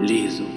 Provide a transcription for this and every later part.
Lesung.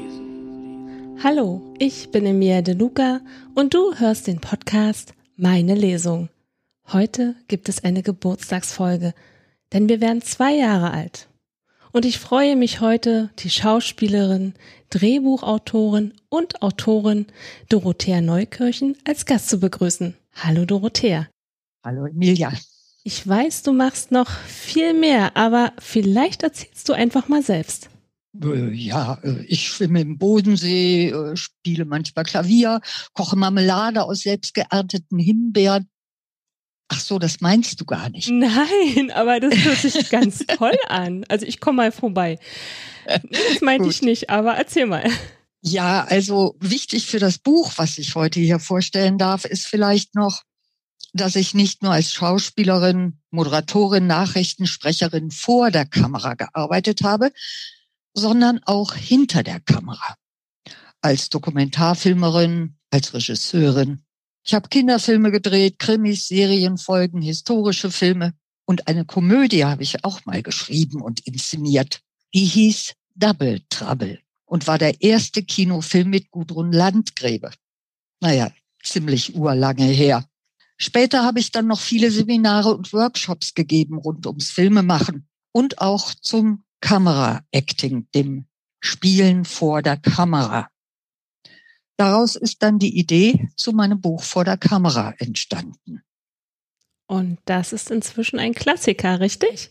Hallo, ich bin Emilia De Luca und du hörst den Podcast Meine Lesung. Heute gibt es eine Geburtstagsfolge, denn wir werden 2 Jahre alt. Und ich freue mich heute, die Schauspielerin, Drehbuchautorin und Autorin Dorothea Neukirchen als Gast zu begrüßen. Hallo Dorothea. Hallo Emilia. Ich weiß, du machst noch viel mehr, aber vielleicht erzählst du einfach mal selbst. Ja, ich schwimme im Bodensee, spiele manchmal Klavier, koche Marmelade aus selbst geernteten Himbeeren. Ach so, das meinst du gar nicht. Nein, aber das hört sich ganz toll an. Also ich komme mal vorbei. Das meinte ich nicht, aber erzähl mal. Ja, also wichtig für das Buch, was ich heute hier vorstellen darf, ist vielleicht noch, dass ich nicht nur als Schauspielerin, Moderatorin, Nachrichtensprecherin vor der Kamera gearbeitet habe, sondern auch hinter der Kamera. Als Dokumentarfilmerin, als Regisseurin. Ich habe Kinderfilme gedreht, Krimis, Serienfolgen, historische Filme. Und eine Komödie habe ich auch mal geschrieben und inszeniert. Die hieß Double Trouble und war der erste Kinofilm mit Gudrun Landgräbe. Naja, ziemlich urlange her. Später habe ich dann noch viele Seminare und Workshops gegeben rund ums Filmemachen und auch zum Kamera-Acting, dem Spielen vor der Kamera. Daraus ist dann die Idee zu meinem Buch Vor der Kamera entstanden. Und das ist inzwischen ein Klassiker, richtig?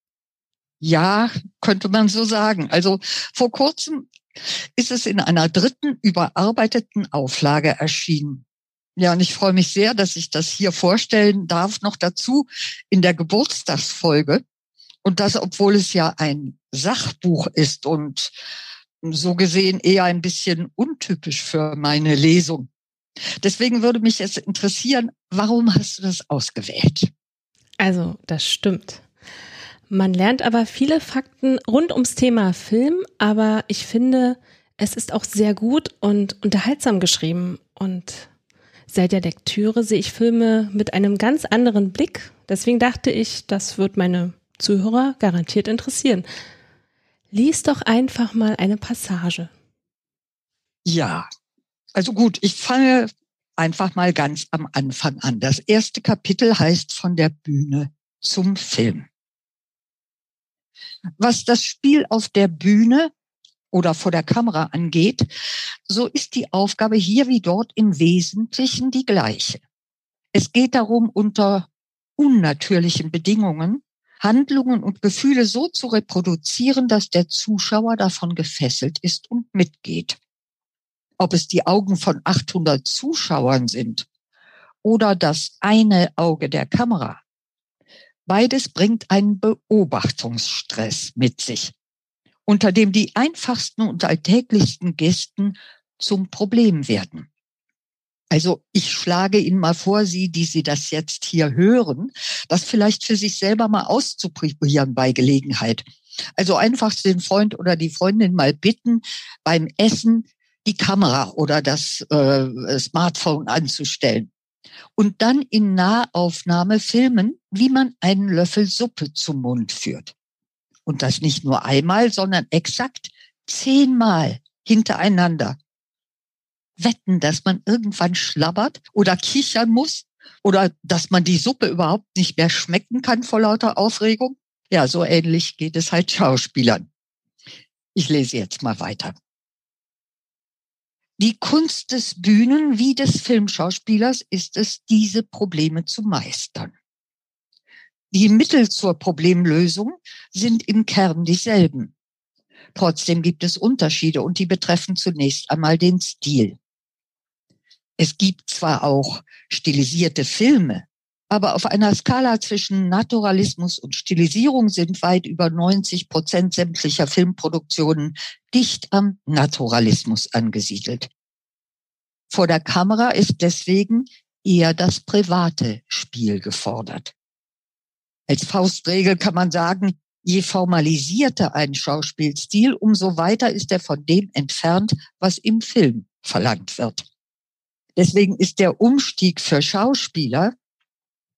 Ja, könnte man so sagen. Also vor kurzem ist es in einer 3. überarbeiteten Auflage erschienen. Ja, und ich freue mich sehr, dass ich das hier vorstellen darf, noch dazu in der Geburtstagsfolge. Und das, obwohl es ja ein Sachbuch ist und so gesehen eher ein bisschen untypisch für meine Lesung. Deswegen würde mich jetzt interessieren, warum hast du das ausgewählt? Also, das stimmt. Man lernt aber viele Fakten rund ums Thema Film, aber ich finde, es ist auch sehr gut und unterhaltsam geschrieben. Und seit der Lektüre sehe ich Filme mit einem ganz anderen Blick. Deswegen dachte ich, das wird meine Zuhörer garantiert interessieren. Lies doch einfach mal eine Passage. Ja, also gut, ich fange einfach mal ganz am Anfang an. Das erste Kapitel heißt Von der Bühne zum Film. Was das Spiel auf der Bühne oder vor der Kamera angeht, so ist die Aufgabe hier wie dort im Wesentlichen die gleiche. Es geht darum, unter unnatürlichen Bedingungen Handlungen und Gefühle so zu reproduzieren, dass der Zuschauer davon gefesselt ist und mitgeht. Ob es die Augen von 800 Zuschauern sind oder das eine Auge der Kamera. Beides bringt einen Beobachtungsstress mit sich, unter dem die einfachsten und alltäglichsten Gesten zum Problem werden. Also ich schlage Ihnen mal vor, Sie das jetzt hier hören, das vielleicht für sich selber mal auszuprobieren bei Gelegenheit. Also einfach den Freund oder die Freundin mal bitten, beim Essen die Kamera oder das Smartphone anzustellen. Und dann in Nahaufnahme filmen, wie man einen Löffel Suppe zum Mund führt. Und das nicht nur einmal, sondern exakt 10-mal hintereinander. Wetten, dass man irgendwann schlabbert oder kichern muss oder dass man die Suppe überhaupt nicht mehr schmecken kann vor lauter Aufregung. Ja, so ähnlich geht es halt Schauspielern. Ich lese jetzt mal weiter. Die Kunst des Bühnen- wie des Filmschauspielers ist es, diese Probleme zu meistern. Die Mittel zur Problemlösung sind im Kern dieselben. Trotzdem gibt es Unterschiede und die betreffen zunächst einmal den Stil. Es gibt zwar auch stilisierte Filme, aber auf einer Skala zwischen Naturalismus und Stilisierung sind weit über 90% sämtlicher Filmproduktionen dicht am Naturalismus angesiedelt. Vor der Kamera ist deswegen eher das private Spiel gefordert. Als Faustregel kann man sagen, je formalisierter ein Schauspielstil, umso weiter ist er von dem entfernt, was im Film verlangt wird. Deswegen ist der Umstieg für Schauspieler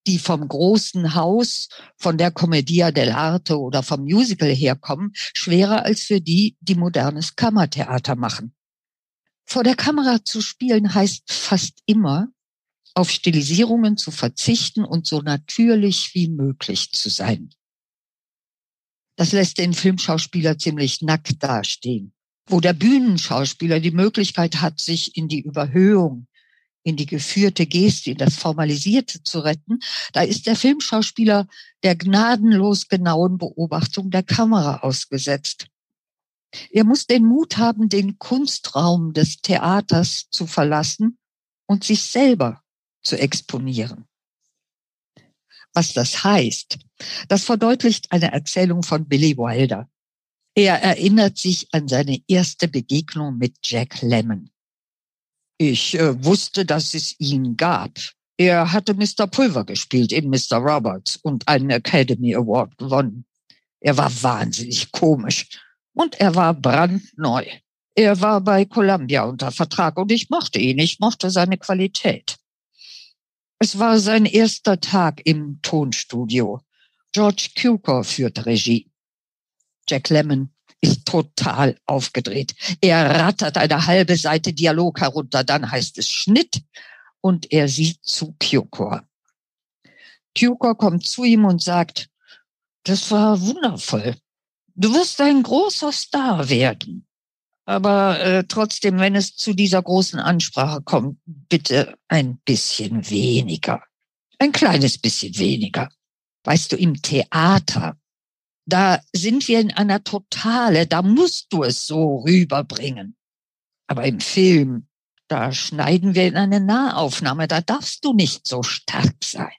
die vom großen Haus, von der Commedia dell'arte oder vom Musical herkommen, schwerer als für die, die modernes Kammertheater machen. Vor der Kamera zu spielen heißt fast immer, auf Stilisierungen zu verzichten und so natürlich wie möglich zu sein. Das lässt den Filmschauspieler ziemlich nackt dastehen. Wo der Bühnenschauspieler die Möglichkeit hat, sich in die Überhöhung, in die geführte Geste, in das Formalisierte zu retten, da ist der Filmschauspieler der gnadenlos genauen Beobachtung der Kamera ausgesetzt. Er muss den Mut haben, den Kunstraum des Theaters zu verlassen und sich selber zu exponieren. Was das heißt, das verdeutlicht eine Erzählung von Billy Wilder. Er erinnert sich an seine erste Begegnung mit Jack Lemmon. Ich wusste, dass es ihn gab. Er hatte Mr. Pulver gespielt in Mr. Roberts und einen Academy Award gewonnen. Er war wahnsinnig komisch und er war brandneu. Er war bei Columbia unter Vertrag und ich mochte ihn, ich mochte seine Qualität. Es war sein erster Tag im Tonstudio. George Cukor führt Regie. Jack Lemmon ist total aufgedreht. Er rattert eine halbe Seite Dialog herunter, dann heißt es Schnitt und er sieht zu Cukor. Cukor kommt zu ihm und sagt, das war wundervoll. Du wirst ein großer Star werden. Aber trotzdem, wenn es zu dieser großen Ansprache kommt, bitte ein bisschen weniger. Ein kleines bisschen weniger. Weißt du, im Theater, da sind wir in einer Totale, da musst du es so rüberbringen. Aber im Film, da schneiden wir in eine Nahaufnahme, da darfst du nicht so stark sein.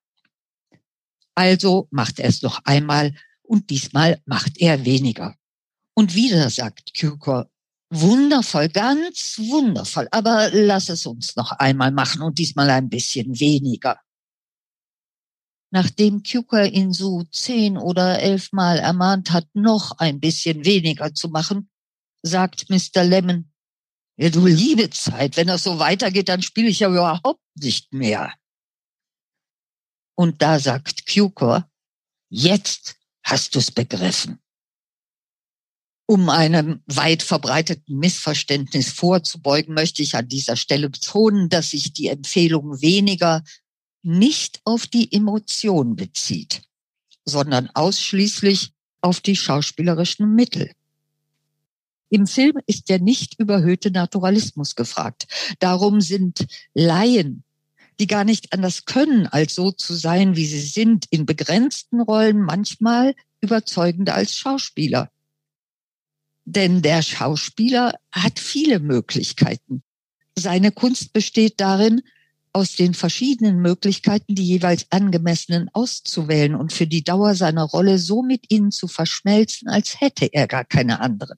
Also macht er es noch einmal und diesmal macht er weniger. Und wieder sagt Cukor, wundervoll, ganz wundervoll, aber lass es uns noch einmal machen und diesmal ein bisschen weniger. Nachdem Cukor ihn so 10 oder 11 Mal ermahnt hat, noch ein bisschen weniger zu machen, sagt Mr. Lemmon, ja, du liebe Zeit, wenn das so weitergeht, dann spiele ich ja überhaupt nicht mehr. Und da sagt Cukor, jetzt hast du's begriffen. Um einem weit verbreiteten Missverständnis vorzubeugen, möchte ich an dieser Stelle betonen, dass sich die Empfehlung weniger nicht auf die Emotion bezieht, sondern ausschließlich auf die schauspielerischen Mittel. Im Film ist der nicht überhöhte Naturalismus gefragt. Darum sind Laien, die gar nicht anders können, als so zu sein, wie sie sind, in begrenzten Rollen manchmal überzeugender als Schauspieler. Denn der Schauspieler hat viele Möglichkeiten. Seine Kunst besteht darin, aus den verschiedenen Möglichkeiten die jeweils angemessenen auszuwählen und für die Dauer seiner Rolle so mit ihnen zu verschmelzen, als hätte er gar keine anderen.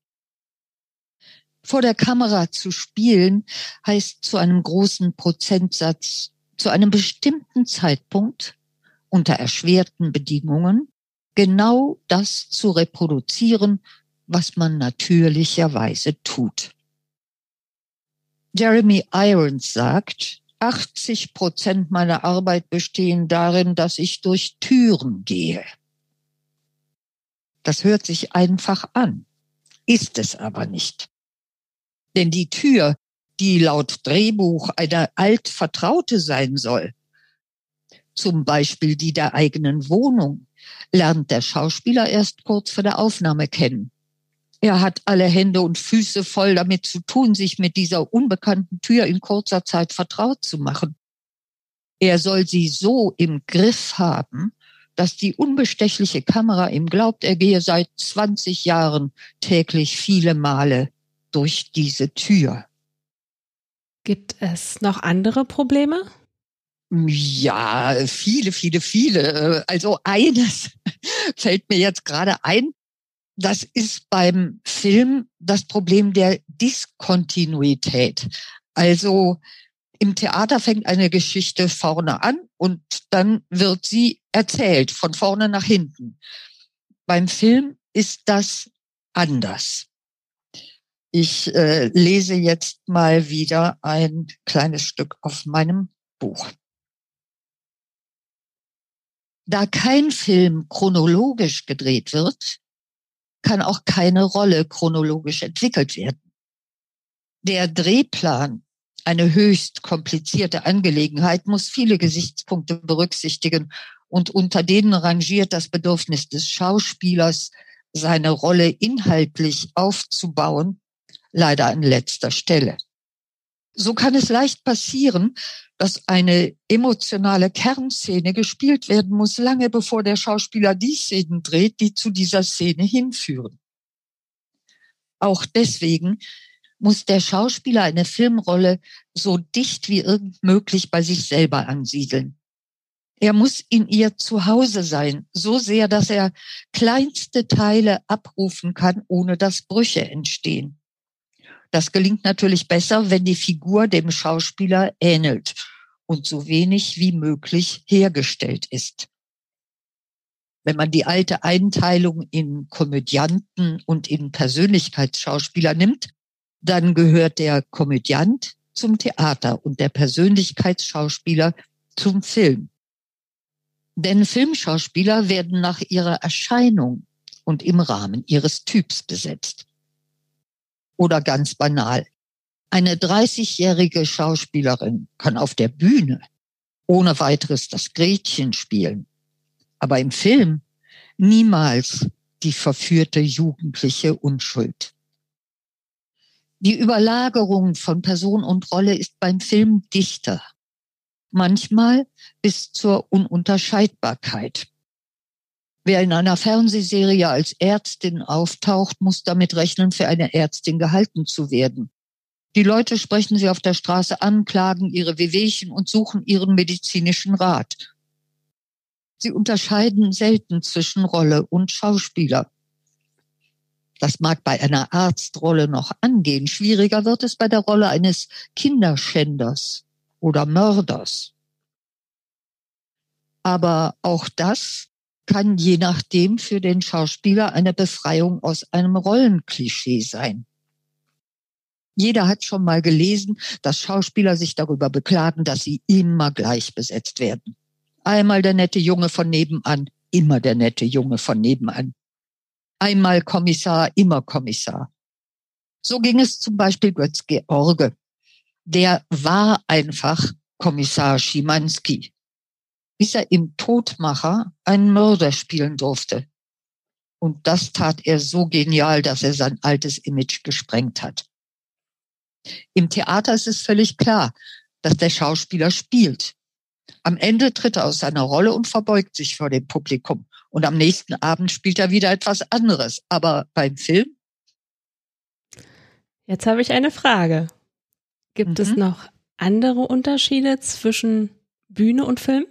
Vor der Kamera zu spielen heißt zu einem großen Prozentsatz, zu einem bestimmten Zeitpunkt, unter erschwerten Bedingungen, genau das zu reproduzieren, was man natürlicherweise tut. Jeremy Irons sagt, 80% meiner Arbeit bestehen darin, dass ich durch Türen gehe. Das hört sich einfach an, ist es aber nicht. Denn die Tür, die laut Drehbuch eine altvertraute sein soll, zum Beispiel die der eigenen Wohnung, lernt der Schauspieler erst kurz vor der Aufnahme kennen. Er hat alle Hände und Füße voll damit zu tun, sich mit dieser unbekannten Tür in kurzer Zeit vertraut zu machen. Er soll sie so im Griff haben, dass die unbestechliche Kamera ihm glaubt, er gehe seit 20 Jahren täglich viele Male durch diese Tür. Gibt es noch andere Probleme? Ja, viele. Also eines fällt mir jetzt gerade ein. Das ist beim Film das Problem der Diskontinuität. Also im Theater fängt eine Geschichte vorne an und dann wird sie erzählt, von vorne nach hinten. Beim Film ist das anders. Ich lese jetzt mal wieder ein kleines Stück aus meinem Buch. Da kein Film chronologisch gedreht wird, kann auch keine Rolle chronologisch entwickelt werden. Der Drehplan, eine höchst komplizierte Angelegenheit, muss viele Gesichtspunkte berücksichtigen und unter denen rangiert das Bedürfnis des Schauspielers, seine Rolle inhaltlich aufzubauen, leider an letzter Stelle. So kann es leicht passieren, dass eine emotionale Kernszene gespielt werden muss, lange bevor der Schauspieler die Szenen dreht, die zu dieser Szene hinführen. Auch deswegen muss der Schauspieler eine Filmrolle so dicht wie irgend möglich bei sich selber ansiedeln. Er muss in ihr zu Hause sein, so sehr, dass er kleinste Teile abrufen kann, ohne dass Brüche entstehen. Das gelingt natürlich besser, wenn die Figur dem Schauspieler ähnelt und so wenig wie möglich hergestellt ist. Wenn man die alte Einteilung in Komödianten und in Persönlichkeitsschauspieler nimmt, dann gehört der Komödiant zum Theater und der Persönlichkeitsschauspieler zum Film. Denn Filmschauspieler werden nach ihrer Erscheinung und im Rahmen ihres Typs besetzt. Oder ganz banal, eine 30-jährige Schauspielerin kann auf der Bühne ohne weiteres das Gretchen spielen, aber im Film niemals die verführte jugendliche Unschuld. Die Überlagerung von Person und Rolle ist beim Film dichter, manchmal bis zur Ununterscheidbarkeit. Wer in einer Fernsehserie als Ärztin auftaucht, muss damit rechnen, für eine Ärztin gehalten zu werden. Die Leute sprechen sie auf der Straße an, klagen ihre Wehwehchen und suchen ihren medizinischen Rat. Sie unterscheiden selten zwischen Rolle und Schauspieler. Das mag bei einer Arztrolle noch angehen. Schwieriger wird es bei der Rolle eines Kinderschänders oder Mörders. Aber auch das kann je nachdem für den Schauspieler eine Befreiung aus einem Rollenklischee sein. Jeder hat schon mal gelesen, dass Schauspieler sich darüber beklagen, dass sie immer gleich besetzt werden. Einmal der nette Junge von nebenan, immer der nette Junge von nebenan. Einmal Kommissar, immer Kommissar. So ging es zum Beispiel Götz-George. Der war einfach Kommissar Schimanski, bis er im Todmacher einen Mörder spielen durfte. Und das tat er so genial, dass er sein altes Image gesprengt hat. Im Theater ist es völlig klar, dass der Schauspieler spielt. Am Ende tritt er aus seiner Rolle und verbeugt sich vor dem Publikum. Und am nächsten Abend spielt er wieder etwas anderes. Aber beim Film? Jetzt habe ich eine Frage. Gibt es noch andere Unterschiede zwischen Bühne und Film?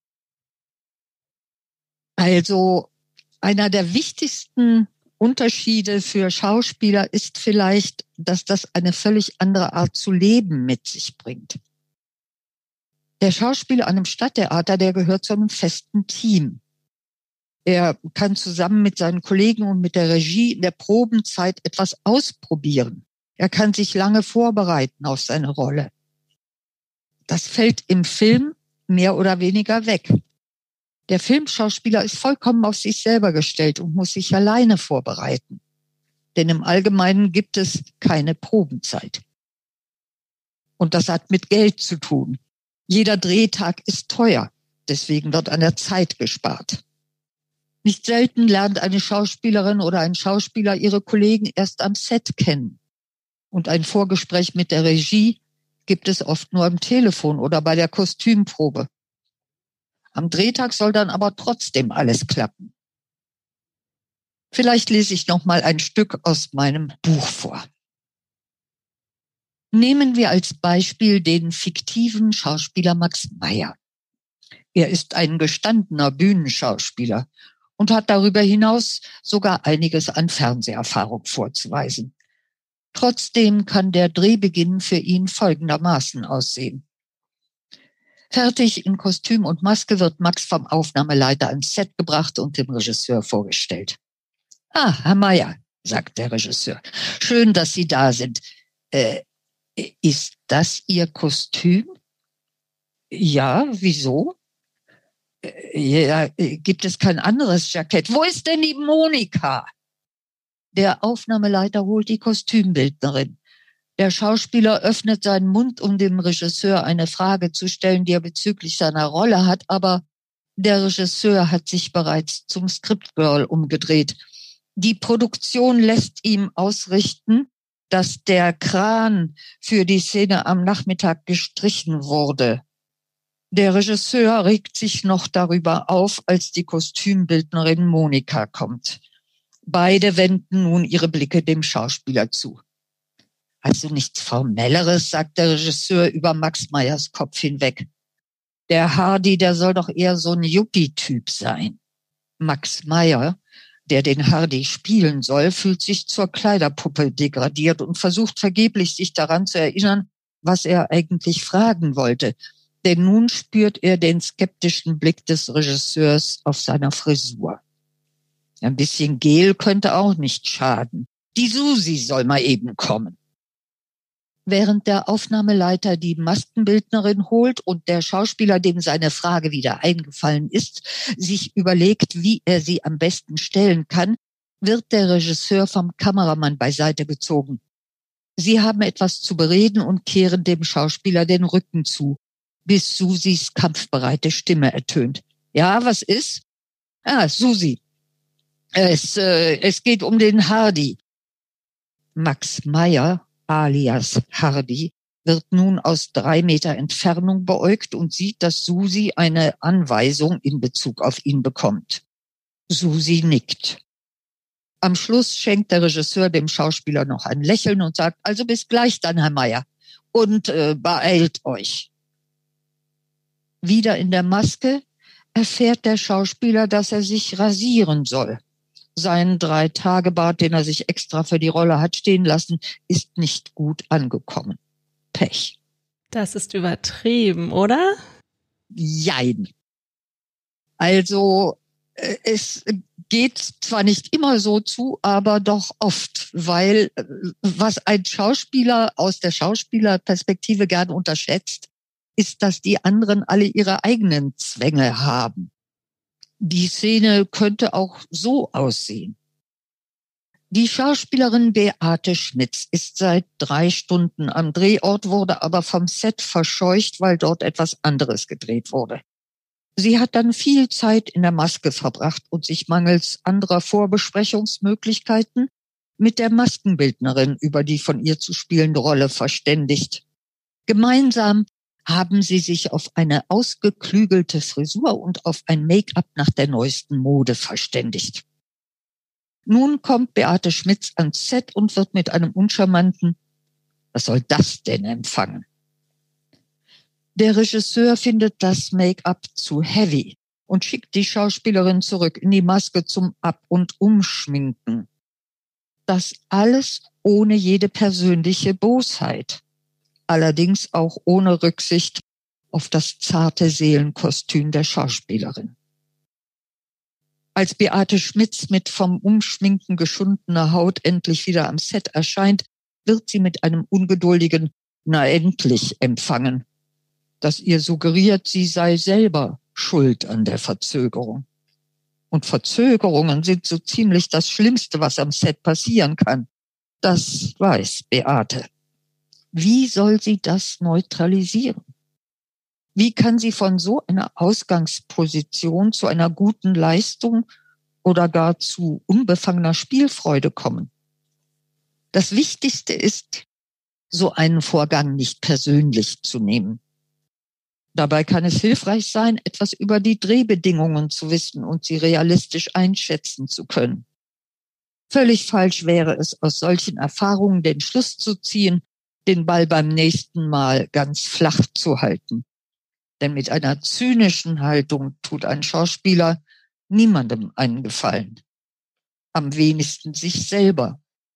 Also einer der wichtigsten Unterschiede für Schauspieler ist vielleicht, dass das eine völlig andere Art zu leben mit sich bringt. Der Schauspieler an einem Stadttheater, der gehört zu einem festen Team. Er kann zusammen mit seinen Kollegen und mit der Regie in der Probenzeit etwas ausprobieren. Er kann sich lange vorbereiten auf seine Rolle. Das fällt im Film mehr oder weniger weg. Der Filmschauspieler ist vollkommen auf sich selber gestellt und muss sich alleine vorbereiten. Denn im Allgemeinen gibt es keine Probenzeit. Und das hat mit Geld zu tun. Jeder Drehtag ist teuer. Deswegen wird an der Zeit gespart. Nicht selten lernt eine Schauspielerin oder ein Schauspieler ihre Kollegen erst am Set kennen. Und ein Vorgespräch mit der Regie gibt es oft nur am Telefon oder bei der Kostümprobe. Am Drehtag soll dann aber trotzdem alles klappen. Vielleicht lese ich noch mal ein Stück aus meinem Buch vor. Nehmen wir als Beispiel den fiktiven Schauspieler Max Meyer. Er ist ein gestandener Bühnenschauspieler und hat darüber hinaus sogar einiges an Fernseherfahrung vorzuweisen. Trotzdem kann der Drehbeginn für ihn folgendermaßen aussehen. Fertig in Kostüm und Maske wird Max vom Aufnahmeleiter ans Set gebracht und dem Regisseur vorgestellt. Ah, Herr Meyer, sagt der Regisseur, schön, dass Sie da sind. Ist das Ihr Kostüm? Ja, wieso? Ja, gibt es kein anderes Jackett? Wo ist denn die Monika? Der Aufnahmeleiter holt die Kostümbildnerin. Der Schauspieler öffnet seinen Mund, um dem Regisseur eine Frage zu stellen, die er bezüglich seiner Rolle hat, aber der Regisseur hat sich bereits zum Scriptgirl umgedreht. Die Produktion lässt ihm ausrichten, dass der Kran für die Szene am Nachmittag gestrichen wurde. Der Regisseur regt sich noch darüber auf, als die Kostümbildnerin Monika kommt. Beide wenden nun ihre Blicke dem Schauspieler zu. Also nichts Formelleres, sagt der Regisseur über Max Meyers Kopf hinweg. Der Hardy, der soll doch eher so ein Yuppie-Typ sein. Max Meyer, der den Hardy spielen soll, fühlt sich zur Kleiderpuppe degradiert und versucht vergeblich, sich daran zu erinnern, was er eigentlich fragen wollte. Denn nun spürt er den skeptischen Blick des Regisseurs auf seiner Frisur. Ein bisschen Gel könnte auch nicht schaden. Die Susi soll mal eben kommen. Während der Aufnahmeleiter die Maskenbildnerin holt und der Schauspieler, dem seine Frage wieder eingefallen ist, sich überlegt, wie er sie am besten stellen kann, wird der Regisseur vom Kameramann beiseite gezogen. Sie haben etwas zu bereden und kehren dem Schauspieler den Rücken zu, bis Susis kampfbereite Stimme ertönt. Ja, was ist? Susi. Es geht um den Hardy. Max Meyer, alias Hardy, wird nun aus 3 Meter Entfernung beäugt und sieht, dass Susi eine Anweisung in Bezug auf ihn bekommt. Susi nickt. Am Schluss schenkt der Regisseur dem Schauspieler noch ein Lächeln und sagt, also bis gleich dann, Herr Meyer. Und beeilt euch. Wieder in der Maske erfährt der Schauspieler, dass er sich rasieren soll. Sein 3-Tage-Bart, den er sich extra für die Rolle hat stehen lassen, ist nicht gut angekommen. Pech. Das ist übertrieben, oder? Jein. Also, es geht zwar nicht immer so zu, aber doch oft, weil was ein Schauspieler aus der Schauspielerperspektive gern unterschätzt, ist, dass die anderen alle ihre eigenen Zwänge haben. Die Szene könnte auch so aussehen. Die Schauspielerin Beate Schmitz ist seit 3 Stunden am Drehort, wurde aber vom Set verscheucht, weil dort etwas anderes gedreht wurde. Sie hat dann viel Zeit in der Maske verbracht und sich mangels anderer Vorbesprechungsmöglichkeiten mit der Maskenbildnerin über die von ihr zu spielende Rolle verständigt. Gemeinsam haben sie sich auf eine ausgeklügelte Frisur und auf ein Make-up nach der neuesten Mode verständigt. Nun kommt Beate Schmitz ans Set und wird mit einem uncharmanten „Was soll das denn?" empfangen. Der Regisseur findet das Make-up zu heavy und schickt die Schauspielerin zurück in die Maske zum Ab- und Umschminken. Das alles ohne jede persönliche Bosheit. Allerdings auch ohne Rücksicht auf das zarte Seelenkostüm der Schauspielerin. Als Beate Schmitz mit vom Umschminken geschundener Haut endlich wieder am Set erscheint, wird sie mit einem ungeduldigen „Na endlich" empfangen, das ihr suggeriert, sie sei selber schuld an der Verzögerung. Und Verzögerungen sind so ziemlich das Schlimmste, was am Set passieren kann. Das weiß Beate. Wie soll sie das neutralisieren? Wie kann sie von so einer Ausgangsposition zu einer guten Leistung oder gar zu unbefangener Spielfreude kommen? Das Wichtigste ist, so einen Vorgang nicht persönlich zu nehmen. Dabei kann es hilfreich sein, etwas über die Drehbedingungen zu wissen und sie realistisch einschätzen zu können. Völlig falsch wäre es, aus solchen Erfahrungen den Schluss zu ziehen, den Ball beim nächsten Mal ganz flach zu halten. Denn mit einer zynischen Haltung tut ein Schauspieler niemandem einen Gefallen. Am wenigsten sich selber.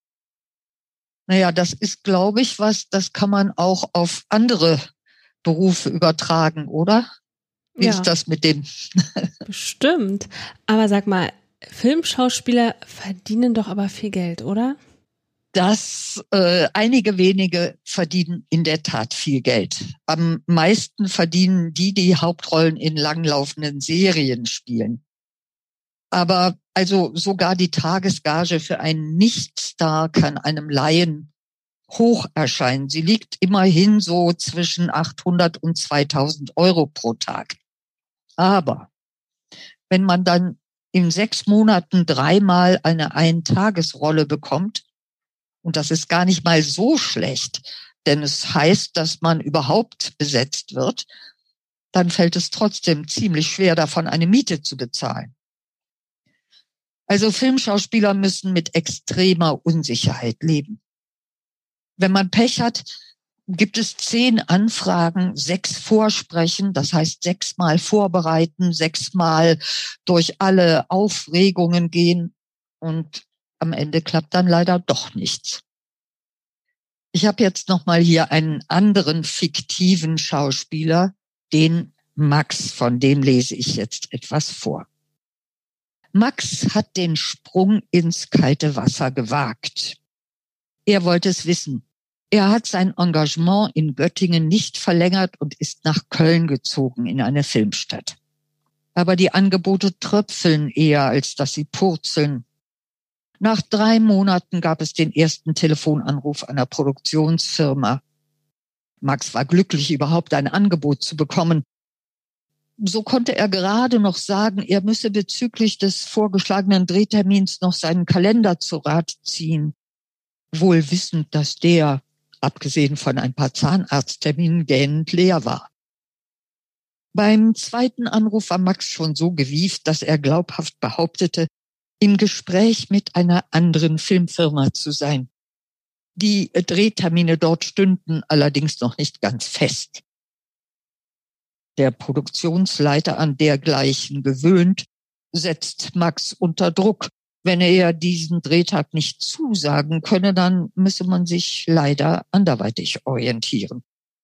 Naja, das ist, glaube ich, das kann man auch auf andere Berufe übertragen, oder? Wie ist das mit dem? Bestimmt. Aber sag mal, Filmschauspieler verdienen doch aber viel Geld, oder? dass einige wenige verdienen in der Tat viel Geld. Am meisten verdienen die Hauptrollen in langlaufenden Serien spielen. Aber also sogar die Tagesgage für einen Nichtstar kann einem Laien hoch erscheinen. Sie liegt immerhin so zwischen 800 und 2000 Euro pro Tag. Aber wenn man dann in 6 Monaten 3-mal eine Eintagesrolle bekommt, und das ist gar nicht mal so schlecht, denn es heißt, dass man überhaupt besetzt wird, dann fällt es trotzdem ziemlich schwer, davon eine Miete zu bezahlen. Also Filmschauspieler müssen mit extremer Unsicherheit leben. Wenn man Pech hat, gibt es 10 Anfragen, 6 Vorsprechen, das heißt 6-mal vorbereiten, 6-mal durch alle Aufregungen gehen und am Ende klappt dann leider doch nichts. Ich habe jetzt nochmal hier einen anderen fiktiven Schauspieler, den Max, von dem lese ich jetzt etwas vor. Max hat den Sprung ins kalte Wasser gewagt. Er wollte es wissen. Er hat sein Engagement in Göttingen nicht verlängert und ist nach Köln gezogen in eine Filmstadt. Aber die Angebote tröpfeln eher, als dass sie purzeln. Nach 3 Monaten gab es den ersten Telefonanruf einer Produktionsfirma. Max war glücklich, überhaupt ein Angebot zu bekommen. So konnte er gerade noch sagen, er müsse bezüglich des vorgeschlagenen Drehtermins noch seinen Kalender zu Rat ziehen. Wohl wissend, dass der, abgesehen von ein paar Zahnarztterminen, gähnend leer war. Beim zweiten Anruf war Max schon so gewieft, dass er glaubhaft behauptete, im Gespräch mit einer anderen Filmfirma zu sein. Die Drehtermine dort stünden allerdings noch nicht ganz fest. Der Produktionsleiter, an dergleichen gewöhnt, setzt Max unter Druck. Wenn er diesen Drehtag nicht zusagen könne, dann müsse man sich leider anderweitig orientieren.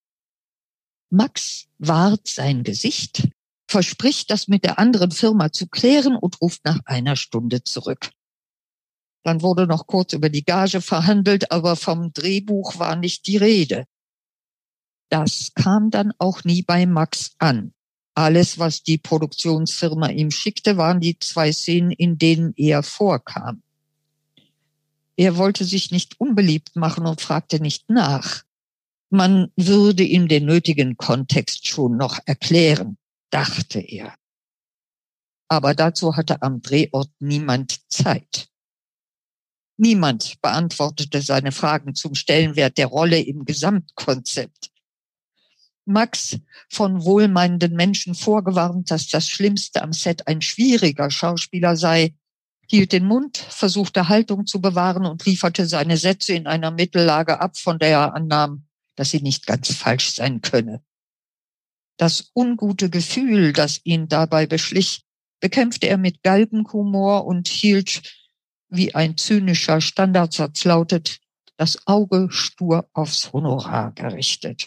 Max wahrt sein Gesicht, verspricht, das mit der anderen Firma zu klären und ruft nach einer Stunde zurück. Dann wurde noch kurz über die Gage verhandelt, aber vom Drehbuch war nicht die Rede. Das kam dann auch nie bei Max an. Alles, was die Produktionsfirma ihm schickte, waren die 2 Szenen, in denen er vorkam. Er wollte sich nicht unbeliebt machen und fragte nicht nach. Man würde ihm den nötigen Kontext schon noch erklären, dachte er. Aber dazu hatte am Drehort niemand Zeit. Niemand beantwortete seine Fragen zum Stellenwert der Rolle im Gesamtkonzept. Max, von wohlmeinenden Menschen vorgewarnt, dass das Schlimmste am Set ein schwieriger Schauspieler sei, hielt den Mund, versuchte Haltung zu bewahren und lieferte seine Sätze in einer Mittellage ab, von der er annahm, dass sie nicht ganz falsch sein könne. Das ungute Gefühl, das ihn dabei beschlich, bekämpfte er mit Galgenhumor und hielt, wie ein zynischer Standardsatz lautet, das Auge stur aufs Honorar gerichtet.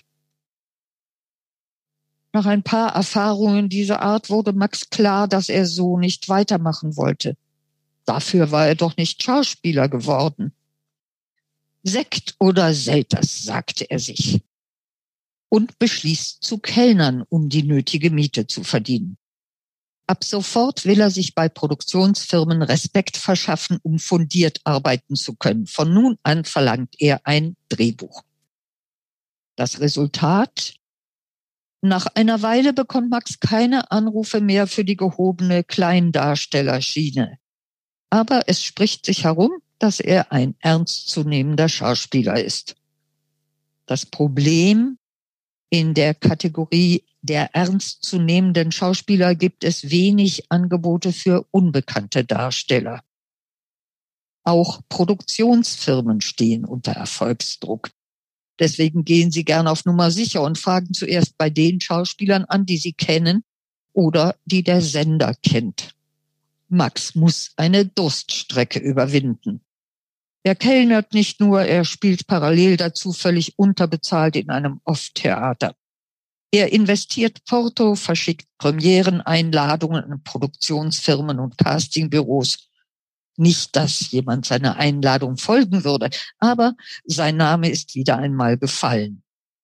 Nach ein paar Erfahrungen dieser Art wurde Max klar, dass er so nicht weitermachen wollte. Dafür war er doch nicht Schauspieler geworden. Sekt oder Selters, sagte er sich. Und beschließt zu kellnern, um die nötige Miete zu verdienen. Ab sofort will er sich bei Produktionsfirmen Respekt verschaffen, um fundiert arbeiten zu können. Von nun an verlangt er ein Drehbuch. Das Resultat? Nach einer Weile bekommt Max keine Anrufe mehr für die gehobene Kleindarstellerschiene. Aber es spricht sich herum, dass er ein ernstzunehmender Schauspieler ist. Das Problem: in der Kategorie der ernstzunehmenden Schauspieler gibt es wenig Angebote für unbekannte Darsteller. Auch Produktionsfirmen stehen unter Erfolgsdruck. Deswegen gehen sie gern auf Nummer sicher und fragen zuerst bei den Schauspielern an, die sie kennen oder die der Sender kennt. Max muss eine Durststrecke überwinden. Er kellnert nicht nur, er spielt parallel dazu völlig unterbezahlt in einem Off-Theater. Er investiert Porto, verschickt Premiereneinladungen an Produktionsfirmen und Castingbüros Nicht, dass jemand seiner Einladung folgen würde, aber sein Name ist wieder einmal gefallen.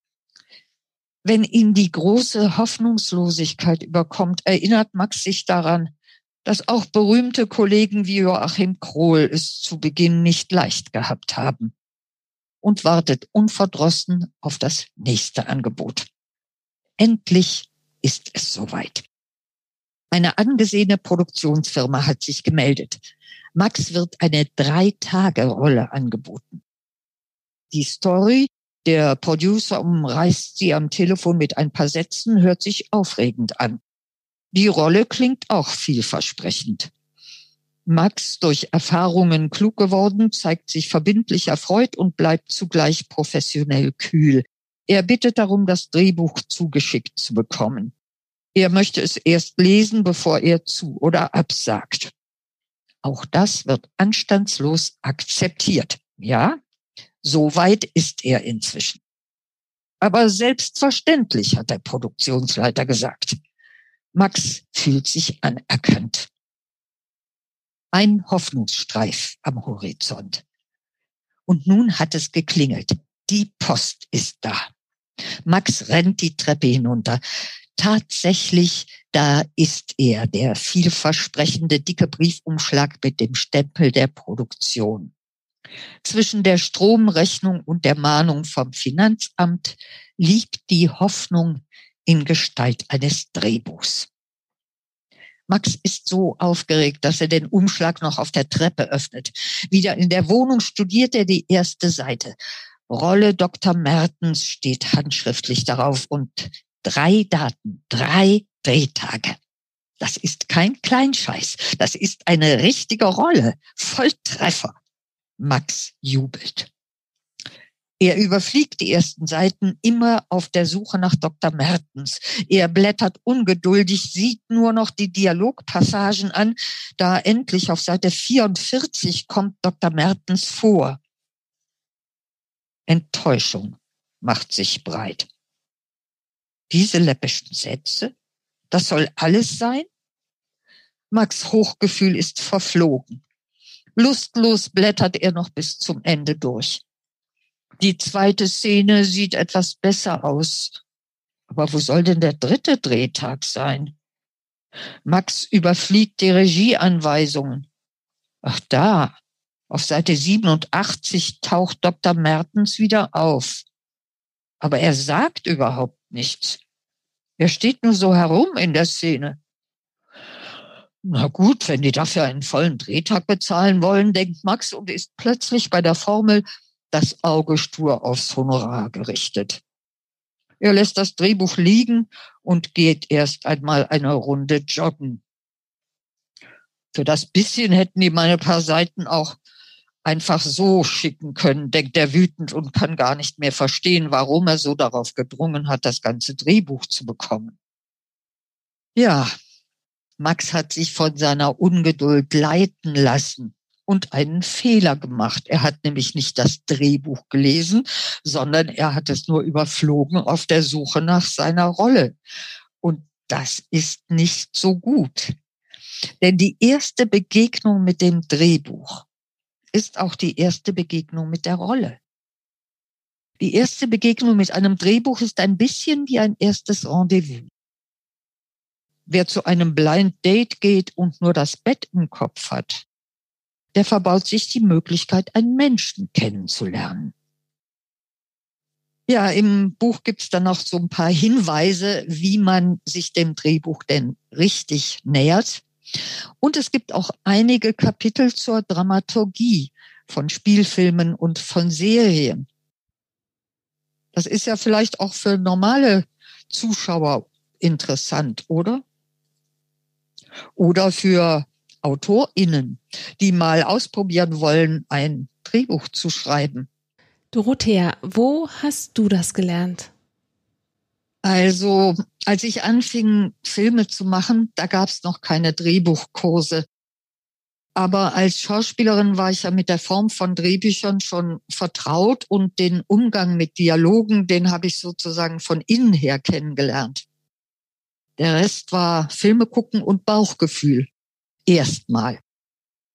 Wenn ihn die große Hoffnungslosigkeit überkommt, erinnert Max sich daran, dass auch berühmte Kollegen wie Joachim Krohl es zu Beginn nicht leicht gehabt haben und wartet unverdrossen auf das nächste Angebot. Endlich ist es soweit. Eine angesehene Produktionsfirma hat sich gemeldet. Max wird eine 3-Tage-Rolle angeboten. Die Story, der Producer umreißt sie am Telefon mit ein paar Sätzen, hört sich aufregend an. Die Rolle klingt auch vielversprechend. Max, durch Erfahrungen klug geworden, zeigt sich verbindlich erfreut und bleibt zugleich professionell kühl. Er bittet darum, das Drehbuch zugeschickt zu bekommen. Er möchte es erst lesen, bevor er zu- oder absagt. Auch das wird anstandslos akzeptiert. Ja, so weit ist er inzwischen. Aber selbstverständlich, hat der Produktionsleiter gesagt. Max fühlt sich anerkannt. Ein Hoffnungsstreif am Horizont. Und nun hat es geklingelt. Die Post ist da. Max rennt die Treppe hinunter. Tatsächlich, da ist er, der vielversprechende dicke Briefumschlag mit dem Stempel der Produktion. Zwischen der Stromrechnung und der Mahnung vom Finanzamt liegt die Hoffnung in Gestalt eines Drehbuchs. Max ist so aufgeregt, dass er den Umschlag noch auf der Treppe öffnet. Wieder in der Wohnung studiert er die erste Seite. Rolle Dr. Mertens steht handschriftlich darauf und 3 Daten, 3 Drehtage. Das ist kein Kleinscheiß. Das ist eine richtige Rolle. Volltreffer. Max jubelt. Er überfliegt die ersten Seiten immer auf der Suche nach Dr. Mertens. Er blättert ungeduldig, sieht nur noch die Dialogpassagen an. Da endlich auf Seite 44 kommt Dr. Mertens vor. Enttäuschung macht sich breit. Diese läppischen Sätze? Das soll alles sein? Max' Hochgefühl ist verflogen. Lustlos blättert er noch bis zum Ende durch. Die zweite Szene sieht etwas besser aus. Aber wo soll denn der 3. Drehtag sein? Max überfliegt die Regieanweisungen. Ach da, auf Seite 87 taucht Dr. Mertens wieder auf. Aber er sagt überhaupt nichts. Er steht nur so herum in der Szene. Na gut, wenn die dafür einen vollen Drehtag bezahlen wollen, denkt Max und ist plötzlich bei der Formel das Auge stur aufs Honorar gerichtet. Er lässt das Drehbuch liegen und geht erst einmal eine Runde joggen. Für das bisschen hätten die meine paar Seiten auch einfach so schicken können, denkt er wütend und kann gar nicht mehr verstehen, warum er so darauf gedrungen hat, das ganze Drehbuch zu bekommen. Ja, Max hat sich von seiner Ungeduld leiten lassen und einen Fehler gemacht. Er hat nämlich nicht das Drehbuch gelesen, sondern er hat es nur überflogen auf der Suche nach seiner Rolle. Und das ist nicht so gut. Denn die erste Begegnung mit dem Drehbuch ist auch die erste Begegnung mit der Rolle. Die erste Begegnung mit einem Drehbuch ist ein bisschen wie ein erstes Rendezvous. Wer zu einem Blind Date geht und nur das Bett im Kopf hat, der verbaut sich die Möglichkeit, einen Menschen kennenzulernen. Ja, im Buch gibt's dann noch so ein paar Hinweise, wie man sich dem Drehbuch denn richtig nähert. Und es gibt auch einige Kapitel zur Dramaturgie von Spielfilmen und von Serien. Das ist ja vielleicht auch für normale Zuschauer interessant, oder? Oder für AutorInnen, die mal ausprobieren wollen, ein Drehbuch zu schreiben. Dorothea, wo hast du das gelernt? Also, als ich anfing, Filme zu machen, da gab es noch keine Drehbuchkurse. Aber als Schauspielerin war ich ja mit der Form von Drehbüchern schon vertraut und den Umgang mit Dialogen, den habe ich sozusagen von innen her kennengelernt. Der Rest war Filme gucken und Bauchgefühl. Erstmal.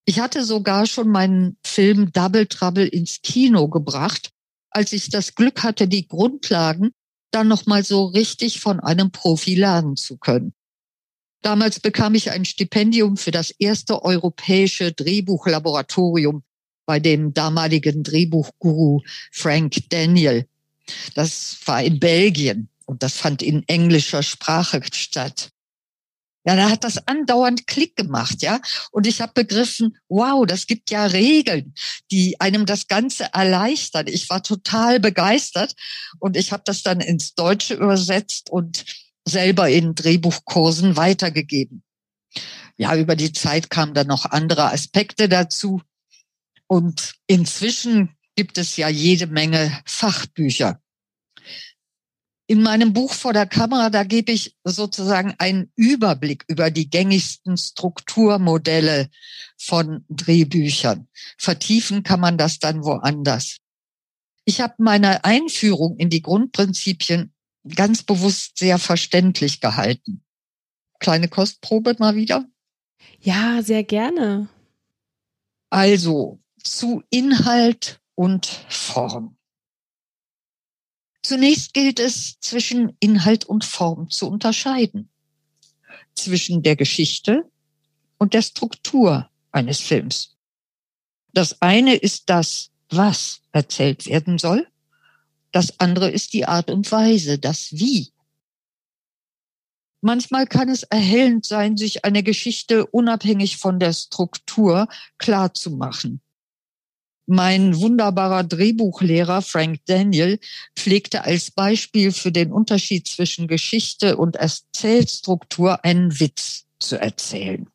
Ich hatte sogar schon meinen Film Double Trouble ins Kino gebracht, als ich das Glück hatte, die Grundlagen dann nochmal so richtig von einem Profi lernen zu können. Damals bekam ich ein Stipendium für das erste europäische Drehbuchlaboratorium bei dem damaligen Drehbuchguru Frank Daniel. Das war in Belgien und das fand in englischer Sprache statt. Ja, da hat das andauernd Klick gemacht, ja. Und ich habe begriffen, wow, das gibt ja Regeln, die einem das Ganze erleichtern. Ich war total begeistert und ich habe das dann ins Deutsche übersetzt und selber in Drehbuchkursen weitergegeben. Ja, über die Zeit kamen dann noch andere Aspekte dazu. Und inzwischen gibt es ja jede Menge Fachbücher. In meinem Buch Vor der Kamera, da gebe ich sozusagen einen Überblick über die gängigsten Strukturmodelle von Drehbüchern. Vertiefen kann man das dann woanders. Ich habe meine Einführung in die Grundprinzipien ganz bewusst sehr verständlich gehalten. Kleine Kostprobe mal wieder. Ja, sehr gerne. Also zu Inhalt und Form. Zunächst gilt es, zwischen Inhalt und Form zu unterscheiden. Zwischen der Geschichte und der Struktur eines Films. Das eine ist das, was erzählt werden soll. Das andere ist die Art und Weise, das Wie. Manchmal kann es erhellend sein, sich eine Geschichte unabhängig von der Struktur klar zu machen. Mein wunderbarer Drehbuchlehrer Frank Daniel pflegte als Beispiel für den Unterschied zwischen Geschichte und Erzählstruktur einen Witz zu erzählen.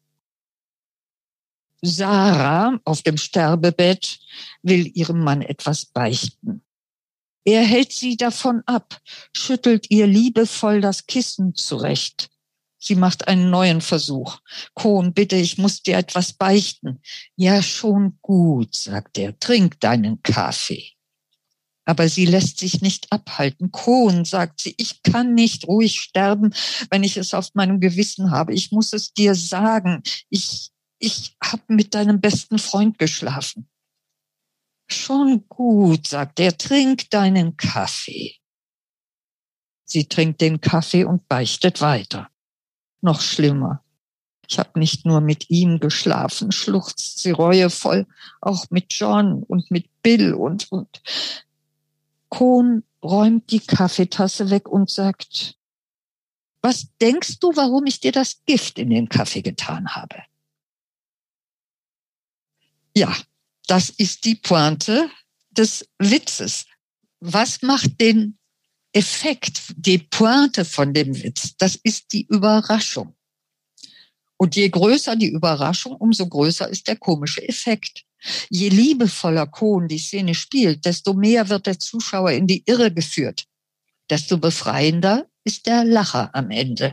Sarah auf dem Sterbebett will ihrem Mann etwas beichten. Er hält sie davon ab, schüttelt ihr liebevoll das Kissen zurecht. Sie macht einen neuen Versuch. Kohn, bitte, ich muss dir etwas beichten. Ja, schon gut, sagt er, trink deinen Kaffee. Aber sie lässt sich nicht abhalten. Kohn, sagt sie, ich kann nicht ruhig sterben, wenn ich es auf meinem Gewissen habe. Ich muss es dir sagen. Ich habe mit deinem besten Freund geschlafen. Schon gut, sagt er, trink deinen Kaffee. Sie trinkt den Kaffee und beichtet weiter. Noch schlimmer. Ich habe nicht nur mit ihm geschlafen, schluchzt sie reuevoll, auch mit John und mit Bill und. Kohn räumt die Kaffeetasse weg und sagt, was denkst du, warum ich dir das Gift in den Kaffee getan habe? Ja, das ist die Pointe des Witzes. Was macht den Effekt, die Pointe von dem Witz? Das ist die Überraschung. Und je größer die Überraschung, umso größer ist der komische Effekt. Je liebevoller Kohn die Szene spielt, desto mehr wird der Zuschauer in die Irre geführt. Desto befreiender ist der Lacher am Ende.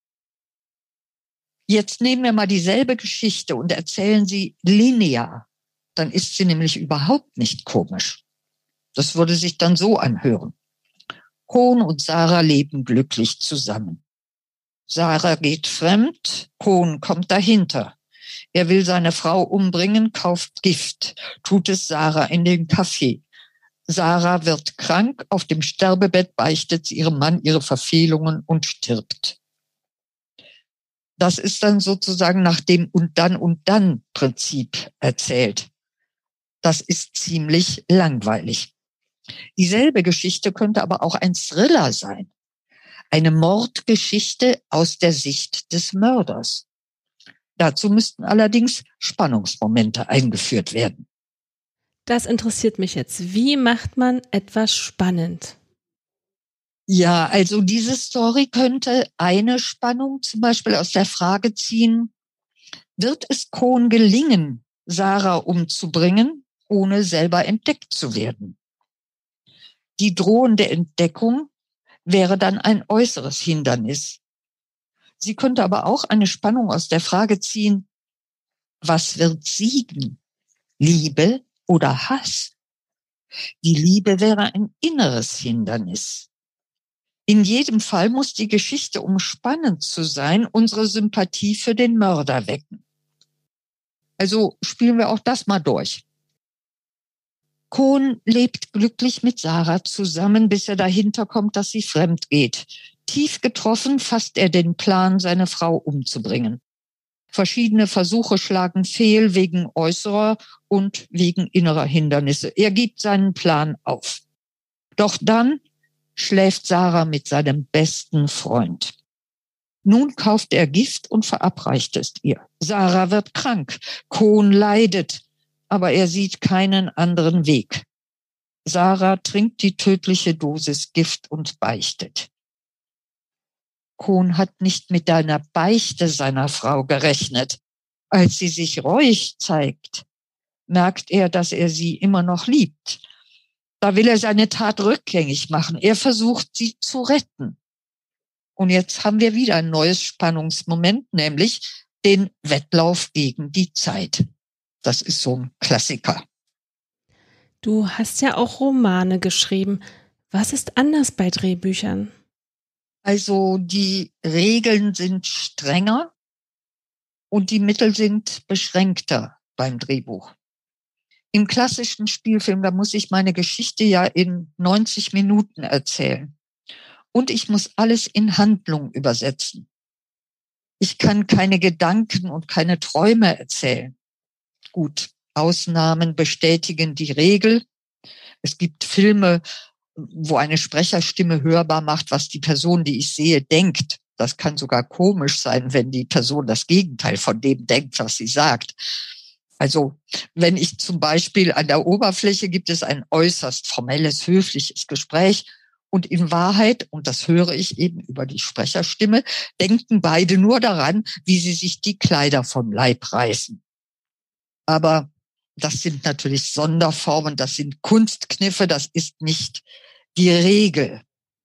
Jetzt nehmen wir mal dieselbe Geschichte und erzählen sie linear. Dann ist sie nämlich überhaupt nicht komisch. Das würde sich dann so anhören. Kohn und Sarah leben glücklich zusammen. Sarah geht fremd, Kohn kommt dahinter. Er will seine Frau umbringen, kauft Gift, tut es Sarah in den Kaffee. Sarah wird krank, auf dem Sterbebett beichtet sie ihrem Mann ihre Verfehlungen und stirbt. Das ist dann sozusagen nach dem und dann Prinzip erzählt. Das ist ziemlich langweilig. Dieselbe Geschichte könnte aber auch ein Thriller sein. Eine Mordgeschichte aus der Sicht des Mörders. Dazu müssten allerdings Spannungsmomente eingeführt werden. Das interessiert mich jetzt. Wie macht man etwas spannend? Ja, also diese Story könnte eine Spannung zum Beispiel aus der Frage ziehen, wird es Kohn gelingen, Sarah umzubringen, ohne selber entdeckt zu werden? Die drohende Entdeckung wäre dann ein äußeres Hindernis. Sie könnte aber auch eine Spannung aus der Frage ziehen, was wird siegen? Liebe oder Hass? Die Liebe wäre ein inneres Hindernis. In jedem Fall muss die Geschichte, um spannend zu sein, unsere Sympathie für den Mörder wecken. Also spielen wir auch das mal durch. Cohn lebt glücklich mit Sarah zusammen, bis er dahinter kommt, dass sie fremd geht. Tief getroffen fasst er den Plan, seine Frau umzubringen. Verschiedene Versuche schlagen fehl wegen äußerer und wegen innerer Hindernisse. Er gibt seinen Plan auf. Doch dann schläft Sarah mit seinem besten Freund. Nun kauft er Gift und verabreicht es ihr. Sarah wird krank. Cohn leidet, aber er sieht keinen anderen Weg. Sarah trinkt die tödliche Dosis Gift und beichtet. Cohn hat nicht mit einer Beichte seiner Frau gerechnet. Als sie sich reuig zeigt, merkt er, dass er sie immer noch liebt. Da will er seine Tat rückgängig machen. Er versucht, sie zu retten. Und jetzt haben wir wieder ein neues Spannungsmoment, nämlich den Wettlauf gegen die Zeit. Das ist so ein Klassiker. Du hast ja auch Romane geschrieben. Was ist anders bei Drehbüchern? Also die Regeln sind strenger und die Mittel sind beschränkter beim Drehbuch. Im klassischen Spielfilm, da muss ich meine Geschichte ja in 90 Minuten erzählen. Und ich muss alles in Handlung übersetzen. Ich kann keine Gedanken und keine Träume erzählen. Gut, Ausnahmen bestätigen die Regel. Es gibt Filme, wo eine Sprecherstimme hörbar macht, was die Person, die ich sehe, denkt. Das kann sogar komisch sein, wenn die Person das Gegenteil von dem denkt, was sie sagt. Also wenn ich zum Beispiel an der Oberfläche gibt es ein äußerst formelles, höfliches Gespräch und in Wahrheit, und das höre ich eben über die Sprecherstimme, denken beide nur daran, wie sie sich die Kleider vom Leib reißen. Aber das sind natürlich Sonderformen, das sind Kunstkniffe, das ist nicht die Regel.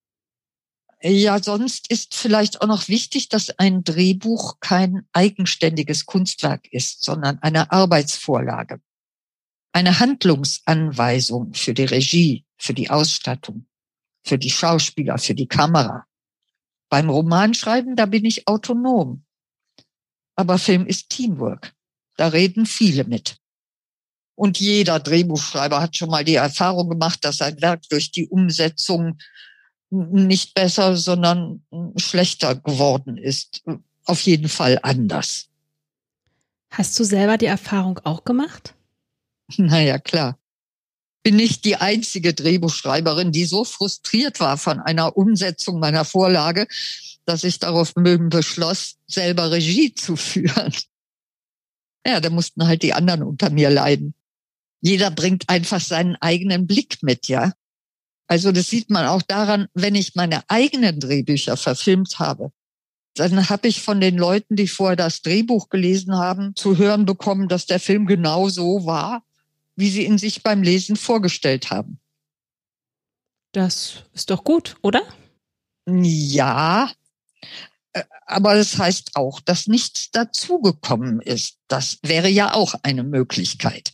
Ja, sonst ist vielleicht auch noch wichtig, dass ein Drehbuch kein eigenständiges Kunstwerk ist, sondern eine Arbeitsvorlage, eine Handlungsanweisung für die Regie, für die Ausstattung, für die Schauspieler, für die Kamera. Beim Romanschreiben, da bin ich autonom. Aber Film ist Teamwork. Da reden viele mit. Und jeder Drehbuchschreiber hat schon mal die Erfahrung gemacht, dass ein Werk durch die Umsetzung nicht besser, sondern schlechter geworden ist. Auf jeden Fall anders. Hast du selber die Erfahrung auch gemacht? Naja, klar. Bin nicht die einzige Drehbuchschreiberin, die so frustriert war von einer Umsetzung meiner Vorlage, dass ich daraufhin beschloss, selber Regie zu führen. Ja, da mussten halt die anderen unter mir leiden. Jeder bringt einfach seinen eigenen Blick mit, ja. Also das sieht man auch daran, wenn ich meine eigenen Drehbücher verfilmt habe, dann habe ich von den Leuten, die vorher das Drehbuch gelesen haben, zu hören bekommen, dass der Film genau so war, wie sie ihn sich beim Lesen vorgestellt haben. Das ist doch gut, oder? Ja, aber das heißt auch, dass nichts dazugekommen ist. Das wäre ja auch eine Möglichkeit.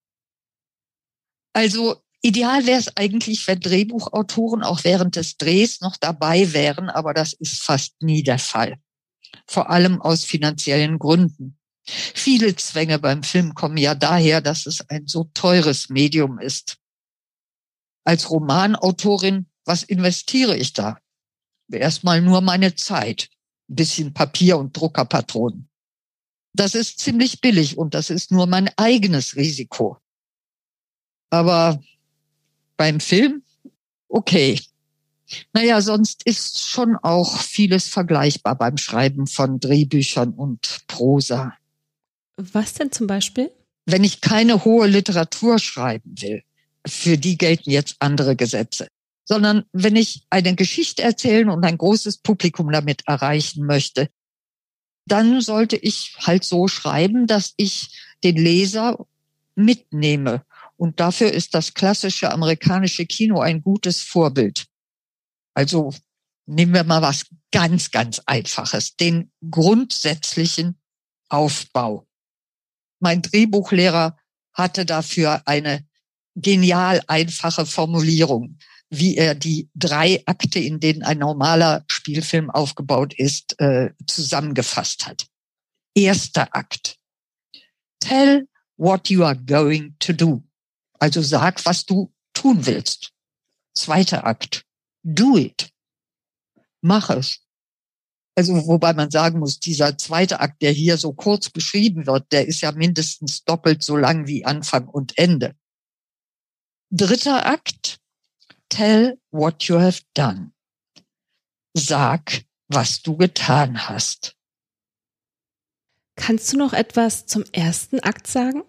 Also ideal wäre es eigentlich, wenn Drehbuchautoren auch während des Drehs noch dabei wären, aber das ist fast nie der Fall. Vor allem aus finanziellen Gründen. Viele Zwänge beim Film kommen ja daher, dass es ein so teures Medium ist. Als Romanautorin, was investiere ich da? Erstmal nur meine Zeit, ein bisschen Papier und Druckerpatronen. Das ist ziemlich billig und das ist nur mein eigenes Risiko. Aber beim Film, okay. Naja, sonst ist schon auch vieles vergleichbar beim Schreiben von Drehbüchern und Prosa. Was denn zum Beispiel? Wenn ich keine hohe Literatur schreiben will, für die gelten jetzt andere Gesetze, sondern wenn ich eine Geschichte erzählen und ein großes Publikum damit erreichen möchte, dann sollte ich halt so schreiben, dass ich den Leser mitnehme. Und dafür ist das klassische amerikanische Kino ein gutes Vorbild. Also nehmen wir mal was ganz, ganz Einfaches, den grundsätzlichen Aufbau. Mein Drehbuchlehrer hatte dafür eine genial einfache Formulierung, wie er die 3 Akte, in denen ein normaler Spielfilm aufgebaut ist, zusammengefasst hat. Erster Akt. Tell what you are going to do. Also sag, was du tun willst. Zweiter Akt. Do it. Mach es. Also wobei man sagen muss, dieser zweite Akt, der hier so kurz beschrieben wird, der ist ja mindestens doppelt so lang wie Anfang und Ende. Dritter Akt. Tell what you have done. Sag, was du getan hast. Kannst du noch etwas zum ersten Akt sagen?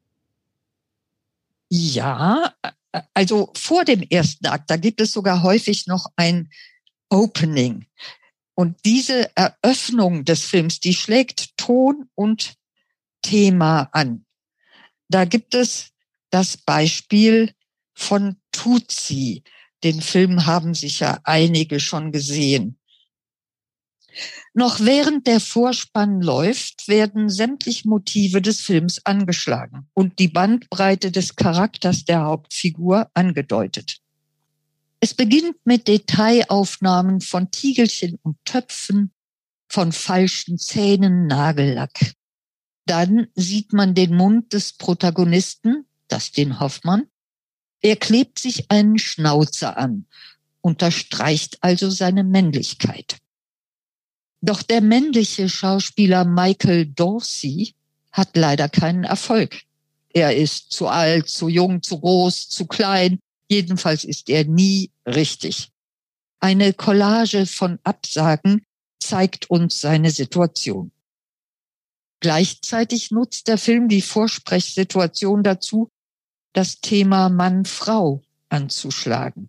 Ja, also vor dem ersten Akt, da gibt es sogar häufig noch ein Opening. Und diese Eröffnung des Films, die schlägt Ton und Thema an. Da gibt es das Beispiel von Tootsie. Den Film haben sicher einige schon gesehen. Noch während der Vorspann läuft, werden sämtliche Motive des Films angeschlagen und die Bandbreite des Charakters der Hauptfigur angedeutet. Es beginnt mit Detailaufnahmen von Tiegelchen und Töpfen, von falschen Zähnen, Nagellack. Dann sieht man den Mund des Protagonisten, Dustin Hoffmann. Er klebt sich einen Schnauzer an, unterstreicht also seine Männlichkeit. Doch der männliche Schauspieler Michael Dorsey hat leider keinen Erfolg. Er ist zu alt, zu jung, zu groß, zu klein. Jedenfalls ist er nie richtig. Eine Collage von Absagen zeigt uns seine Situation. Gleichzeitig nutzt der Film die Vorsprechsituation dazu, das Thema Mann-Frau anzuschlagen.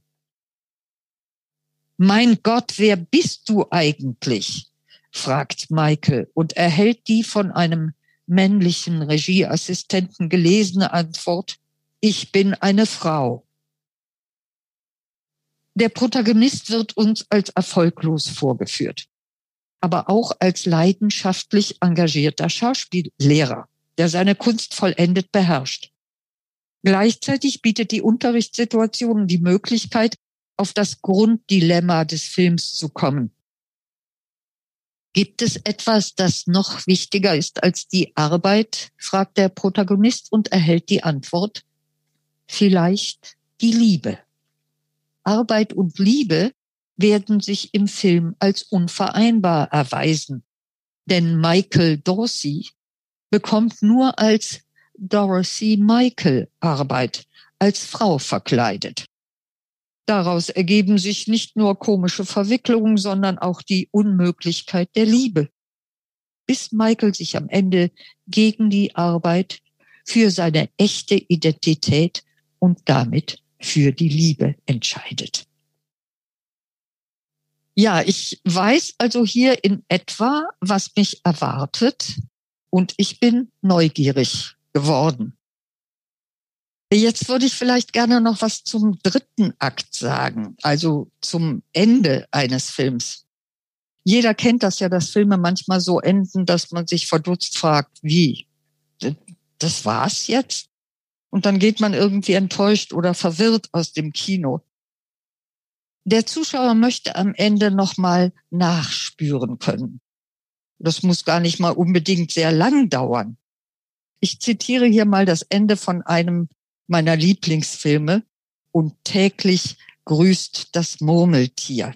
Mein Gott, wer bist du eigentlich? Fragt Michael und erhält die von einem männlichen Regieassistenten gelesene Antwort: Ich bin eine Frau. Der Protagonist wird uns als erfolglos vorgeführt, aber auch als leidenschaftlich engagierter Schauspiellehrer, der seine Kunst vollendet beherrscht. Gleichzeitig bietet die Unterrichtssituation die Möglichkeit, auf das Grunddilemma des Films zu kommen. Gibt es etwas, das noch wichtiger ist als die Arbeit? Fragt der Protagonist und erhält die Antwort: Vielleicht die Liebe. Arbeit und Liebe werden sich im Film als unvereinbar erweisen, denn Michael Dorsey bekommt nur als Dorothy Michael Arbeit, als Frau verkleidet. Daraus ergeben sich nicht nur komische Verwicklungen, sondern auch die Unmöglichkeit der Liebe, bis Michael sich am Ende gegen die Arbeit für seine echte Identität und damit für die Liebe entscheidet. Ja, ich weiß also hier in etwa, was mich erwartet, und ich bin neugierig geworden. Jetzt würde ich vielleicht gerne noch was zum dritten Akt sagen, also zum Ende eines Films. Jeder kennt das ja, dass Filme manchmal so enden, dass man sich verdutzt fragt, wie? Das war's jetzt? Und dann geht man irgendwie enttäuscht oder verwirrt aus dem Kino. Der Zuschauer möchte am Ende nochmal nachspüren können. Das muss gar nicht mal unbedingt sehr lang dauern. Ich zitiere hier mal das Ende von einem meiner Lieblingsfilme: Und täglich grüßt das Murmeltier.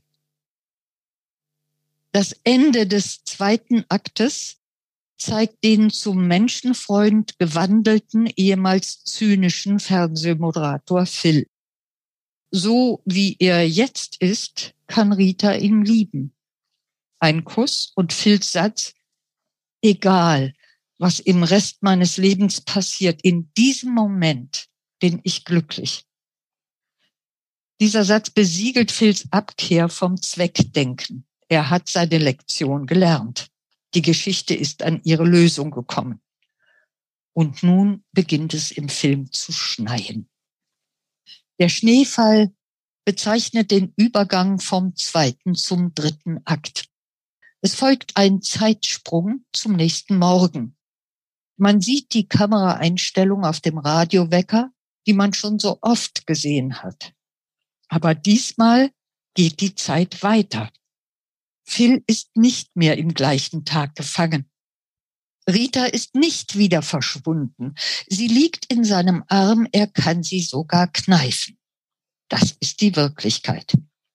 Das Ende des zweiten Aktes zeigt den zum Menschenfreund gewandelten, ehemals zynischen Fernsehmoderator Phil. So wie er jetzt ist, kann Rita ihn lieben. Ein Kuss und Phils Satz: Egal, was im Rest meines Lebens passiert, in diesem Moment bin ich glücklich. Dieser Satz besiegelt Phils Abkehr vom Zweckdenken. Er hat seine Lektion gelernt. Die Geschichte ist an ihre Lösung gekommen. Und nun beginnt es im Film zu schneien. Der Schneefall bezeichnet den Übergang vom zweiten zum dritten Akt. Es folgt ein Zeitsprung zum nächsten Morgen. Man sieht die Kameraeinstellung auf dem Radiowecker, die man schon so oft gesehen hat. Aber diesmal geht die Zeit weiter. Phil ist nicht mehr im gleichen Tag gefangen. Rita ist nicht wieder verschwunden. Sie liegt in seinem Arm, er kann sie sogar kneifen. Das ist die Wirklichkeit.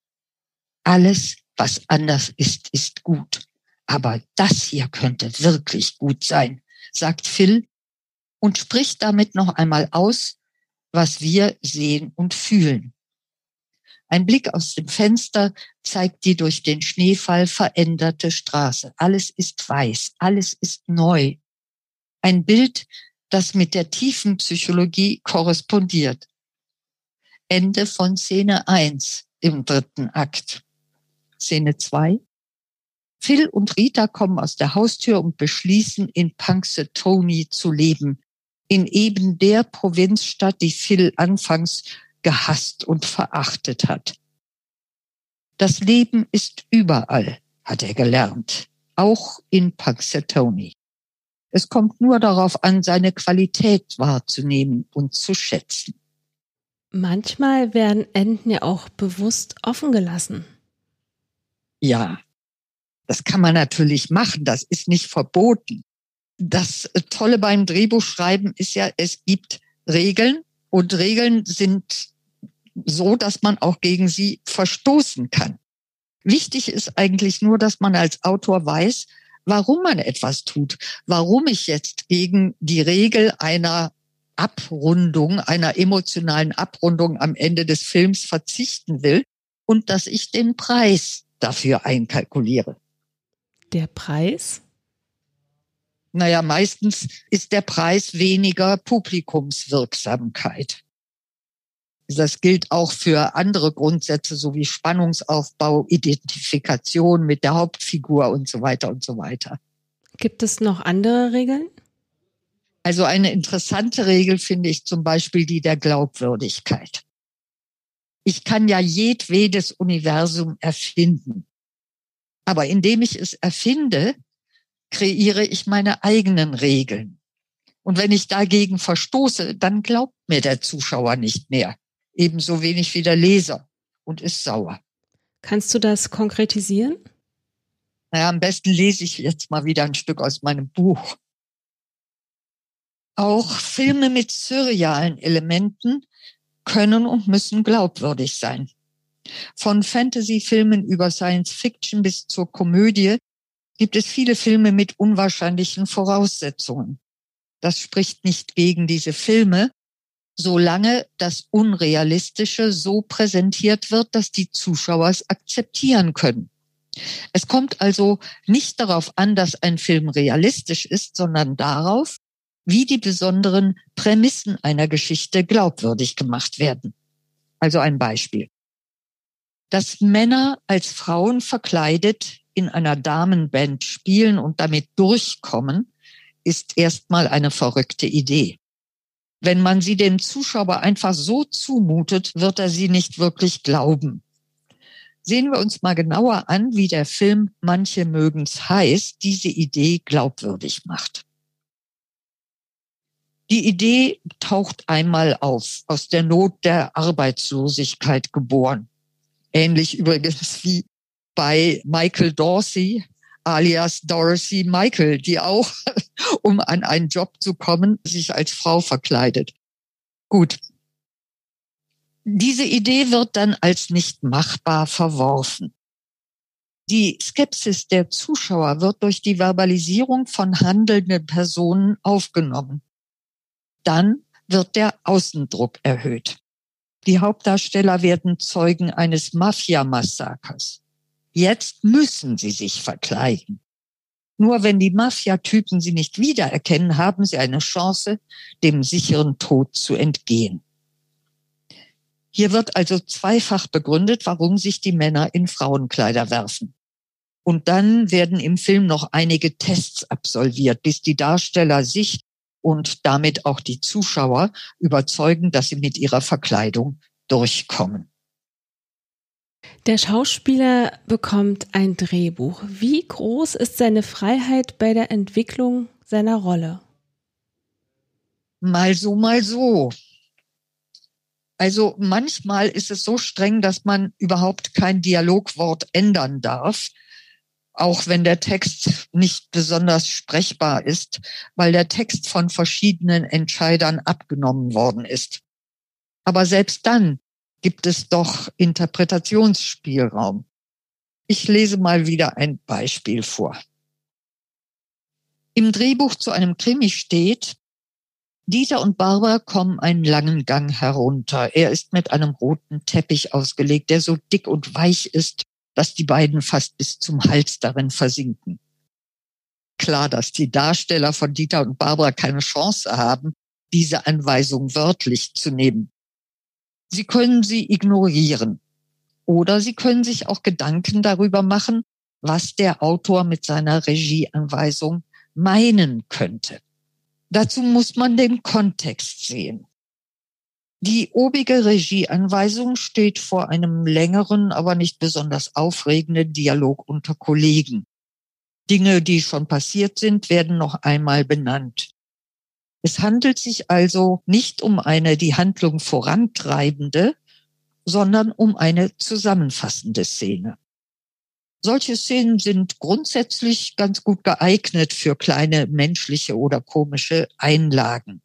Alles, was anders ist, ist gut. Aber das hier könnte wirklich gut sein, sagt Phil und spricht damit noch einmal aus, was wir sehen und fühlen. Ein Blick aus dem Fenster zeigt die durch den Schneefall veränderte Straße. Alles ist weiß, alles ist neu. Ein Bild, das mit der tiefen Psychologie korrespondiert. Ende von Szene 1 im 3. Akt. Szene 2. Phil und Rita kommen aus der Haustür und beschließen, in Punxsutawney zu leben. In eben der Provinzstadt, die Phil anfangs gehasst und verachtet hat. Das Leben ist überall, hat er gelernt, auch in Punxsutawney. Es kommt nur darauf an, seine Qualität wahrzunehmen und zu schätzen. Manchmal werden Enden ja auch bewusst offen gelassen. Ja, das kann man natürlich machen, das ist nicht verboten. Das Tolle beim Drehbuchschreiben ist ja, es gibt Regeln und Regeln sind so, dass man auch gegen sie verstoßen kann. Wichtig ist eigentlich nur, dass man als Autor weiß, warum man etwas tut, warum ich jetzt gegen die Regel einer Abrundung, einer emotionalen Abrundung am Ende des Films verzichten will und dass ich den Preis dafür einkalkuliere. Der Preis? Naja, meistens ist der Preis weniger Publikumswirksamkeit. Das gilt auch für andere Grundsätze, so wie Spannungsaufbau, Identifikation mit der Hauptfigur und so weiter und so weiter. Gibt es noch andere Regeln? Also eine interessante Regel finde ich zum Beispiel die der Glaubwürdigkeit. Ich kann ja jedwedes Universum erfinden. Aber indem ich es erfinde, kreiere ich meine eigenen Regeln. Und wenn ich dagegen verstoße, dann glaubt mir der Zuschauer nicht mehr. Ebenso wenig wie der Leser und ist sauer. Kannst du das konkretisieren? Naja, am besten lese ich jetzt mal wieder ein Stück aus meinem Buch. Auch Filme mit surrealen Elementen können und müssen glaubwürdig sein. Von Fantasy-Filmen über Science-Fiction bis zur Komödie gibt es viele Filme mit unwahrscheinlichen Voraussetzungen. Das spricht nicht gegen diese Filme, solange das Unrealistische so präsentiert wird, dass die Zuschauer es akzeptieren können. Es kommt also nicht darauf an, dass ein Film realistisch ist, sondern darauf, wie die besonderen Prämissen einer Geschichte glaubwürdig gemacht werden. Also ein Beispiel. Dass Männer als Frauen verkleidet in einer Damenband spielen und damit durchkommen, ist erstmal eine verrückte Idee. Wenn man sie dem Zuschauer einfach so zumutet, wird er sie nicht wirklich glauben. Sehen wir uns mal genauer an, wie der Film Manche mögen's heiß diese Idee glaubwürdig macht. Die Idee taucht einmal auf, aus der Not der Arbeitslosigkeit geboren. Ähnlich übrigens wie bei Michael Dorsey, alias Dorothy Michael, die auch, um an einen Job zu kommen, sich als Frau verkleidet. Gut. Diese Idee wird dann als nicht machbar verworfen. Die Skepsis der Zuschauer wird durch die Verbalisierung von handelnden Personen aufgenommen. Dann wird der Außendruck erhöht. Die Hauptdarsteller werden Zeugen eines Mafia-Massakers. Jetzt müssen sie sich verkleiden. Nur wenn die Mafia-Typen sie nicht wiedererkennen, haben sie eine Chance, dem sicheren Tod zu entgehen. Hier wird also zweifach begründet, warum sich die Männer in Frauenkleider werfen. Und dann werden im Film noch einige Tests absolviert, bis die Darsteller sich und damit auch die Zuschauer überzeugen, dass sie mit ihrer Verkleidung durchkommen. Der Schauspieler bekommt ein Drehbuch. Wie groß ist seine Freiheit bei der Entwicklung seiner Rolle? Mal so, mal so. Also manchmal ist es so streng, dass man überhaupt kein Dialogwort ändern darf. auch wenn der Text nicht besonders sprechbar ist, weil der Text von verschiedenen Entscheidern abgenommen worden ist. Aber selbst dann gibt es doch Interpretationsspielraum. Ich lese mal wieder ein Beispiel vor. Im Drehbuch zu einem Krimi steht: Dieter und Barbara kommen einen langen Gang herunter. Er ist mit einem roten Teppich ausgelegt, der so dick und weich ist, dass die beiden fast bis zum Hals darin versinken. Klar, dass die Darsteller von Dieter und Barbara keine Chance haben, diese Anweisung wörtlich zu nehmen. Sie können sie ignorieren. Oder Sie können sich auch Gedanken darüber machen, was der Autor mit seiner Regieanweisung meinen könnte. Dazu muss man den Kontext sehen. Die obige Regieanweisung steht vor einem längeren, aber nicht besonders aufregenden Dialog unter Kollegen. Dinge, die schon passiert sind, werden noch einmal benannt. Es handelt sich also nicht um eine die Handlung vorantreibende, sondern um eine zusammenfassende Szene. Solche Szenen sind grundsätzlich ganz gut geeignet für kleine menschliche oder komische Einlagen.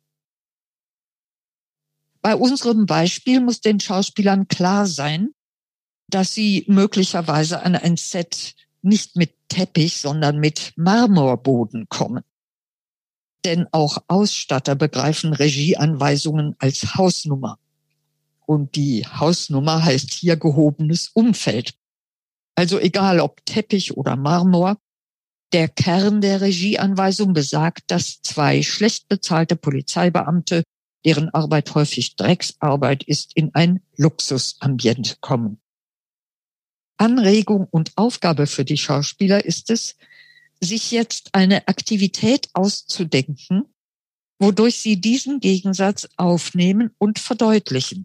Bei unserem Beispiel muss den Schauspielern klar sein, dass sie möglicherweise an ein Set nicht mit Teppich, sondern mit Marmorboden kommen. Denn auch Ausstatter begreifen Regieanweisungen als Hausnummer. Und die Hausnummer heißt hier gehobenes Umfeld. Also egal ob Teppich oder Marmor, der Kern der Regieanweisung besagt, dass 2 schlecht bezahlte Polizeibeamte, deren Arbeit häufig Drecksarbeit ist, in ein Luxusambiente kommen. Anregung und Aufgabe für die Schauspieler ist es, sich jetzt eine Aktivität auszudenken, wodurch sie diesen Gegensatz aufnehmen und verdeutlichen.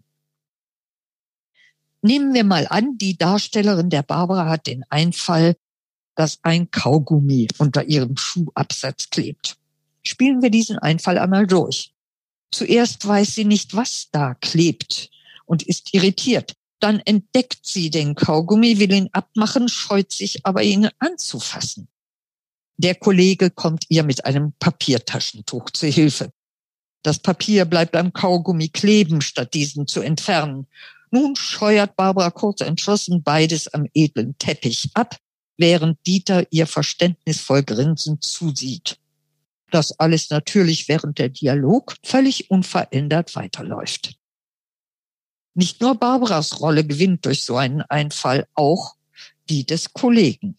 Nehmen wir mal an, die Darstellerin der Barbara hat den Einfall, dass ein Kaugummi unter ihrem Schuhabsatz klebt. Spielen wir diesen Einfall einmal durch. Zuerst weiß sie nicht, was da klebt und ist irritiert. Dann entdeckt sie den Kaugummi, will ihn abmachen, scheut sich aber, ihn anzufassen. Der Kollege kommt ihr mit einem Papiertaschentuch zu Hilfe. Das Papier bleibt am Kaugummi kleben, statt diesen zu entfernen. Nun scheuert Barbara kurz entschlossen beides am edlen Teppich ab, während Dieter ihr verständnisvoll grinsend zusieht. Das alles natürlich während der Dialog völlig unverändert weiterläuft. Nicht nur Barbaras Rolle gewinnt durch so einen Einfall, auch die des Kollegen.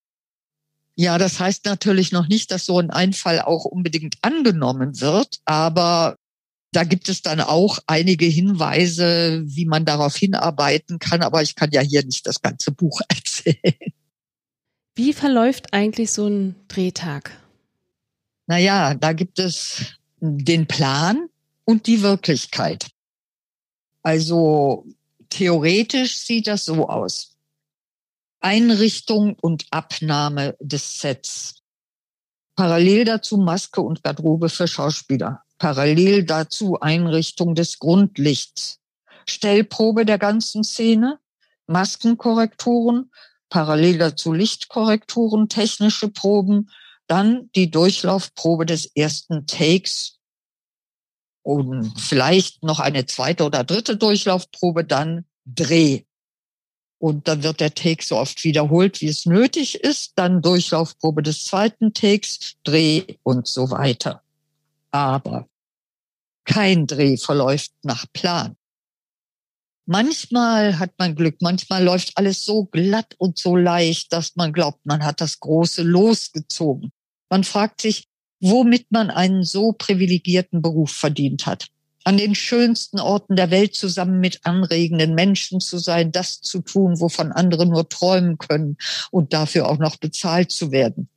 Ja, das heißt natürlich noch nicht, dass so ein Einfall auch unbedingt angenommen wird, aber da gibt es dann auch einige Hinweise, wie man darauf hinarbeiten kann, aber ich kann ja hier nicht das ganze Buch erzählen. Wie verläuft eigentlich so ein Drehtag? Naja, da gibt es den Plan und die Wirklichkeit. Also theoretisch sieht das so aus. Einrichtung und Abnahme des Sets. Parallel dazu Maske und Garderobe für Schauspieler. Parallel dazu Einrichtung des Grundlichts. Stellprobe der ganzen Szene, Maskenkorrekturen, parallel dazu Lichtkorrekturen, technische Proben, dann die Durchlaufprobe des ersten Takes und vielleicht noch eine zweite oder dritte Durchlaufprobe, dann Dreh. Und dann wird der Take so oft wiederholt, wie es nötig ist, dann Durchlaufprobe des zweiten Takes, Dreh und so weiter. Aber kein Dreh verläuft nach Plan. Manchmal hat man Glück, manchmal läuft alles so glatt und so leicht, dass man glaubt, man hat das große Los gezogen. Man fragt sich, womit man einen so privilegierten Beruf verdient hat. An den schönsten Orten der Welt zusammen mit anregenden Menschen zu sein, das zu tun, wovon andere nur träumen können und dafür auch noch bezahlt zu werden.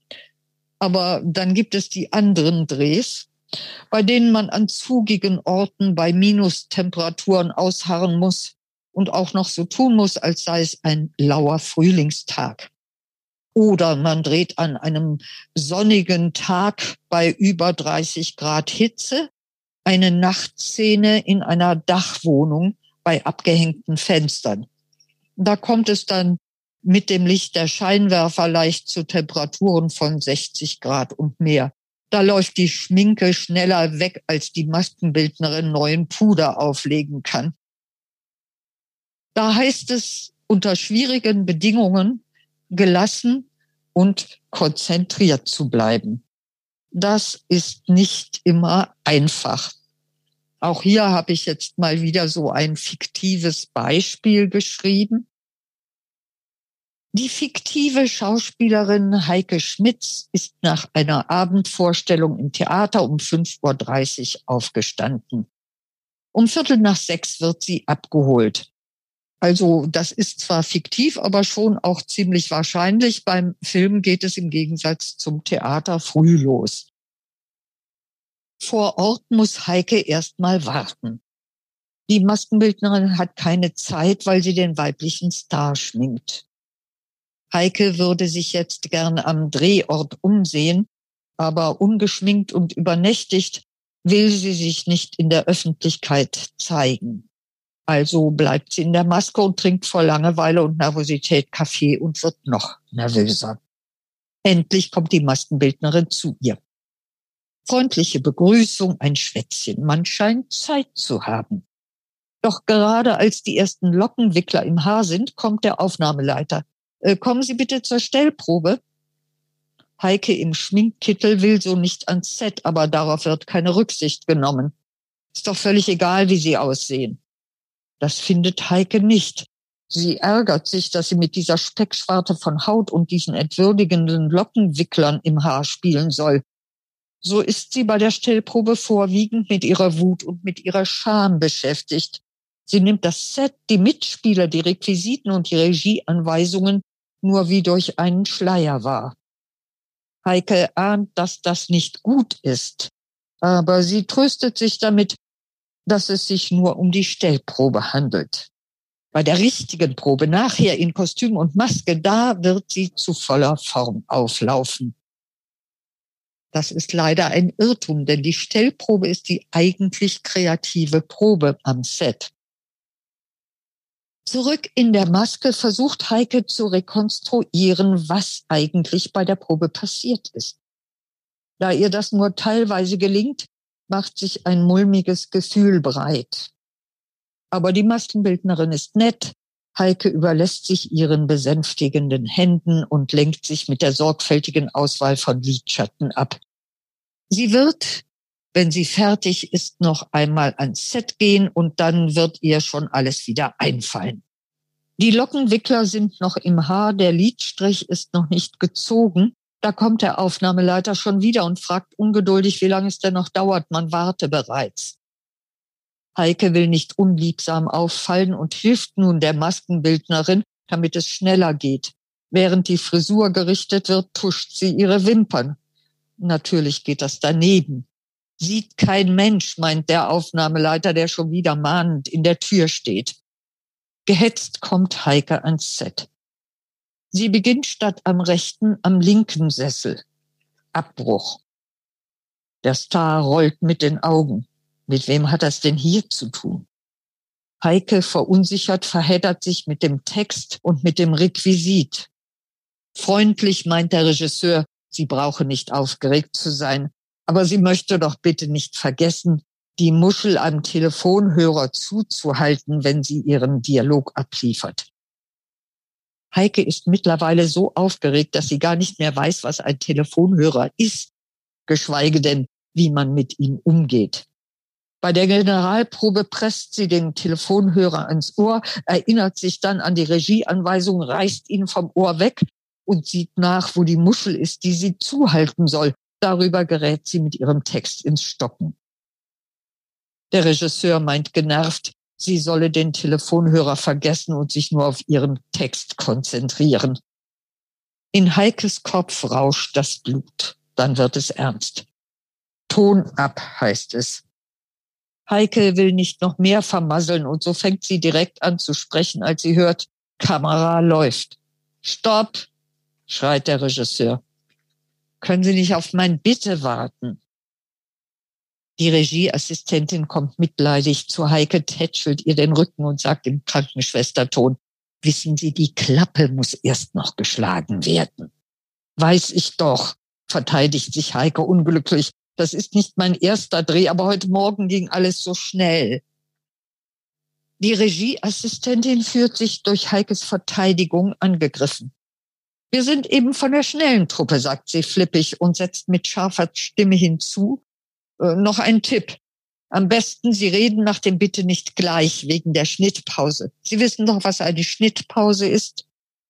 Aber dann gibt es die anderen Drehs, bei denen man an zugigen Orten bei Minustemperaturen ausharren muss und auch noch so tun muss, als sei es ein lauer Frühlingstag. Oder man dreht an einem sonnigen Tag bei über 30 Grad Hitze eine Nachtszene in einer Dachwohnung bei abgehängten Fenstern. Da kommt es dann mit dem Licht der Scheinwerfer leicht zu Temperaturen von 60 Grad und mehr. Da läuft die Schminke schneller weg, als die Maskenbildnerin neuen Puder auflegen kann. Da heißt es, unter schwierigen Bedingungen gelassen und konzentriert zu bleiben. Das ist nicht immer einfach. Auch hier habe ich jetzt mal wieder so ein fiktives Beispiel geschrieben. Die fiktive Schauspielerin Heike Schmitz ist nach einer Abendvorstellung im Theater um 5:30 Uhr aufgestanden. Um 5:45 wird sie abgeholt. Also das ist zwar fiktiv, aber schon auch ziemlich wahrscheinlich. Beim Film geht es im Gegensatz zum Theater früh los. Vor Ort muss Heike erst mal warten. Die Maskenbildnerin hat keine Zeit, weil sie den weiblichen Star schminkt. Heike würde sich jetzt gern am Drehort umsehen, aber ungeschminkt und übernächtigt will sie sich nicht in der Öffentlichkeit zeigen. Also bleibt sie in der Maske und trinkt vor Langeweile und Nervosität Kaffee und wird noch nervöser. Endlich kommt die Maskenbildnerin zu ihr. Freundliche Begrüßung, ein Schwätzchen. Man scheint Zeit zu haben. Doch gerade als die ersten Lockenwickler im Haar sind, kommt der Aufnahmeleiter. Kommen Sie bitte zur Stellprobe. Heike im Schminkkittel will so nicht ans Set, aber darauf wird keine Rücksicht genommen. Ist doch völlig egal, wie Sie aussehen. Das findet Heike nicht. Sie ärgert sich, dass sie mit dieser Speckschwarte von Haut und diesen entwürdigenden Lockenwicklern im Haar spielen soll. So ist sie bei der Stellprobe vorwiegend mit ihrer Wut und mit ihrer Scham beschäftigt. Sie nimmt das Set, die Mitspieler, die Requisiten und die Regieanweisungen nur wie durch einen Schleier wahr. Heike ahnt, dass das nicht gut ist, aber sie tröstet sich damit, dass es sich nur um die Stellprobe handelt. Bei der richtigen Probe, nachher in Kostüm und Maske, da wird sie zu voller Form auflaufen. Das ist leider ein Irrtum, denn die Stellprobe ist die eigentlich kreative Probe am Set. Zurück in der Maske versucht Heike zu rekonstruieren, was eigentlich bei der Probe passiert ist. Da ihr das nur teilweise gelingt, macht sich ein mulmiges Gefühl breit. Aber die Maskenbildnerin ist nett. Heike überlässt sich ihren besänftigenden Händen und lenkt sich mit der sorgfältigen Auswahl von Lidschatten ab. Sie wird, wenn sie fertig ist, noch einmal ans Set gehen und dann wird ihr schon alles wieder einfallen. Die Lockenwickler sind noch im Haar, der Lidstrich ist noch nicht gezogen. Da kommt der Aufnahmeleiter schon wieder und fragt ungeduldig, wie lange es denn noch dauert. Man warte bereits. Heike will nicht unliebsam auffallen und hilft nun der Maskenbildnerin, damit es schneller geht. Während die Frisur gerichtet wird, tuscht sie ihre Wimpern. Natürlich geht das daneben. Sieht kein Mensch, meint der Aufnahmeleiter, der schon wieder mahnend in der Tür steht. Gehetzt kommt Heike ans Set. Sie beginnt statt am rechten, am linken Sessel. Abbruch. Der Star rollt mit den Augen. Mit wem hat das denn hier zu tun? Heike, verunsichert, verheddert sich mit dem Text und mit dem Requisit. Freundlich meint der Regisseur, sie brauche nicht aufgeregt zu sein, aber sie möchte doch bitte nicht vergessen, die Muschel am Telefonhörer zuzuhalten, wenn sie ihren Dialog abliefert. Heike ist mittlerweile so aufgeregt, dass sie gar nicht mehr weiß, was ein Telefonhörer ist, geschweige denn, wie man mit ihm umgeht. Bei der Generalprobe presst sie den Telefonhörer ans Ohr, erinnert sich dann an die Regieanweisung, reißt ihn vom Ohr weg und sieht nach, wo die Muschel ist, die sie zuhalten soll. Darüber gerät sie mit ihrem Text ins Stocken. Der Regisseur meint genervt, sie solle den Telefonhörer vergessen und sich nur auf ihren Text konzentrieren. In Heikes Kopf rauscht das Blut. Dann wird es ernst. Ton ab, heißt es. Heike will nicht noch mehr vermasseln und so fängt sie direkt an zu sprechen, als sie hört, Kamera läuft. Stopp, schreit der Regisseur. Können Sie nicht auf mein Bitte warten? Die Regieassistentin kommt mitleidig zu Heike, tätschelt ihr den Rücken und sagt im Krankenschwesterton, Wissen Sie, die Klappe muss erst noch geschlagen werden. Weiß ich doch, verteidigt sich Heike unglücklich. Das ist nicht mein erster Dreh, aber heute Morgen ging alles so schnell. Die Regieassistentin fühlt sich durch Heikes Verteidigung angegriffen. Wir sind eben von der schnellen Truppe, sagt sie flippig und setzt mit scharfer Stimme hinzu. Noch ein Tipp. Am besten, Sie reden nach dem Bitte nicht gleich wegen der Schnittpause. Sie wissen doch, was eine Schnittpause ist?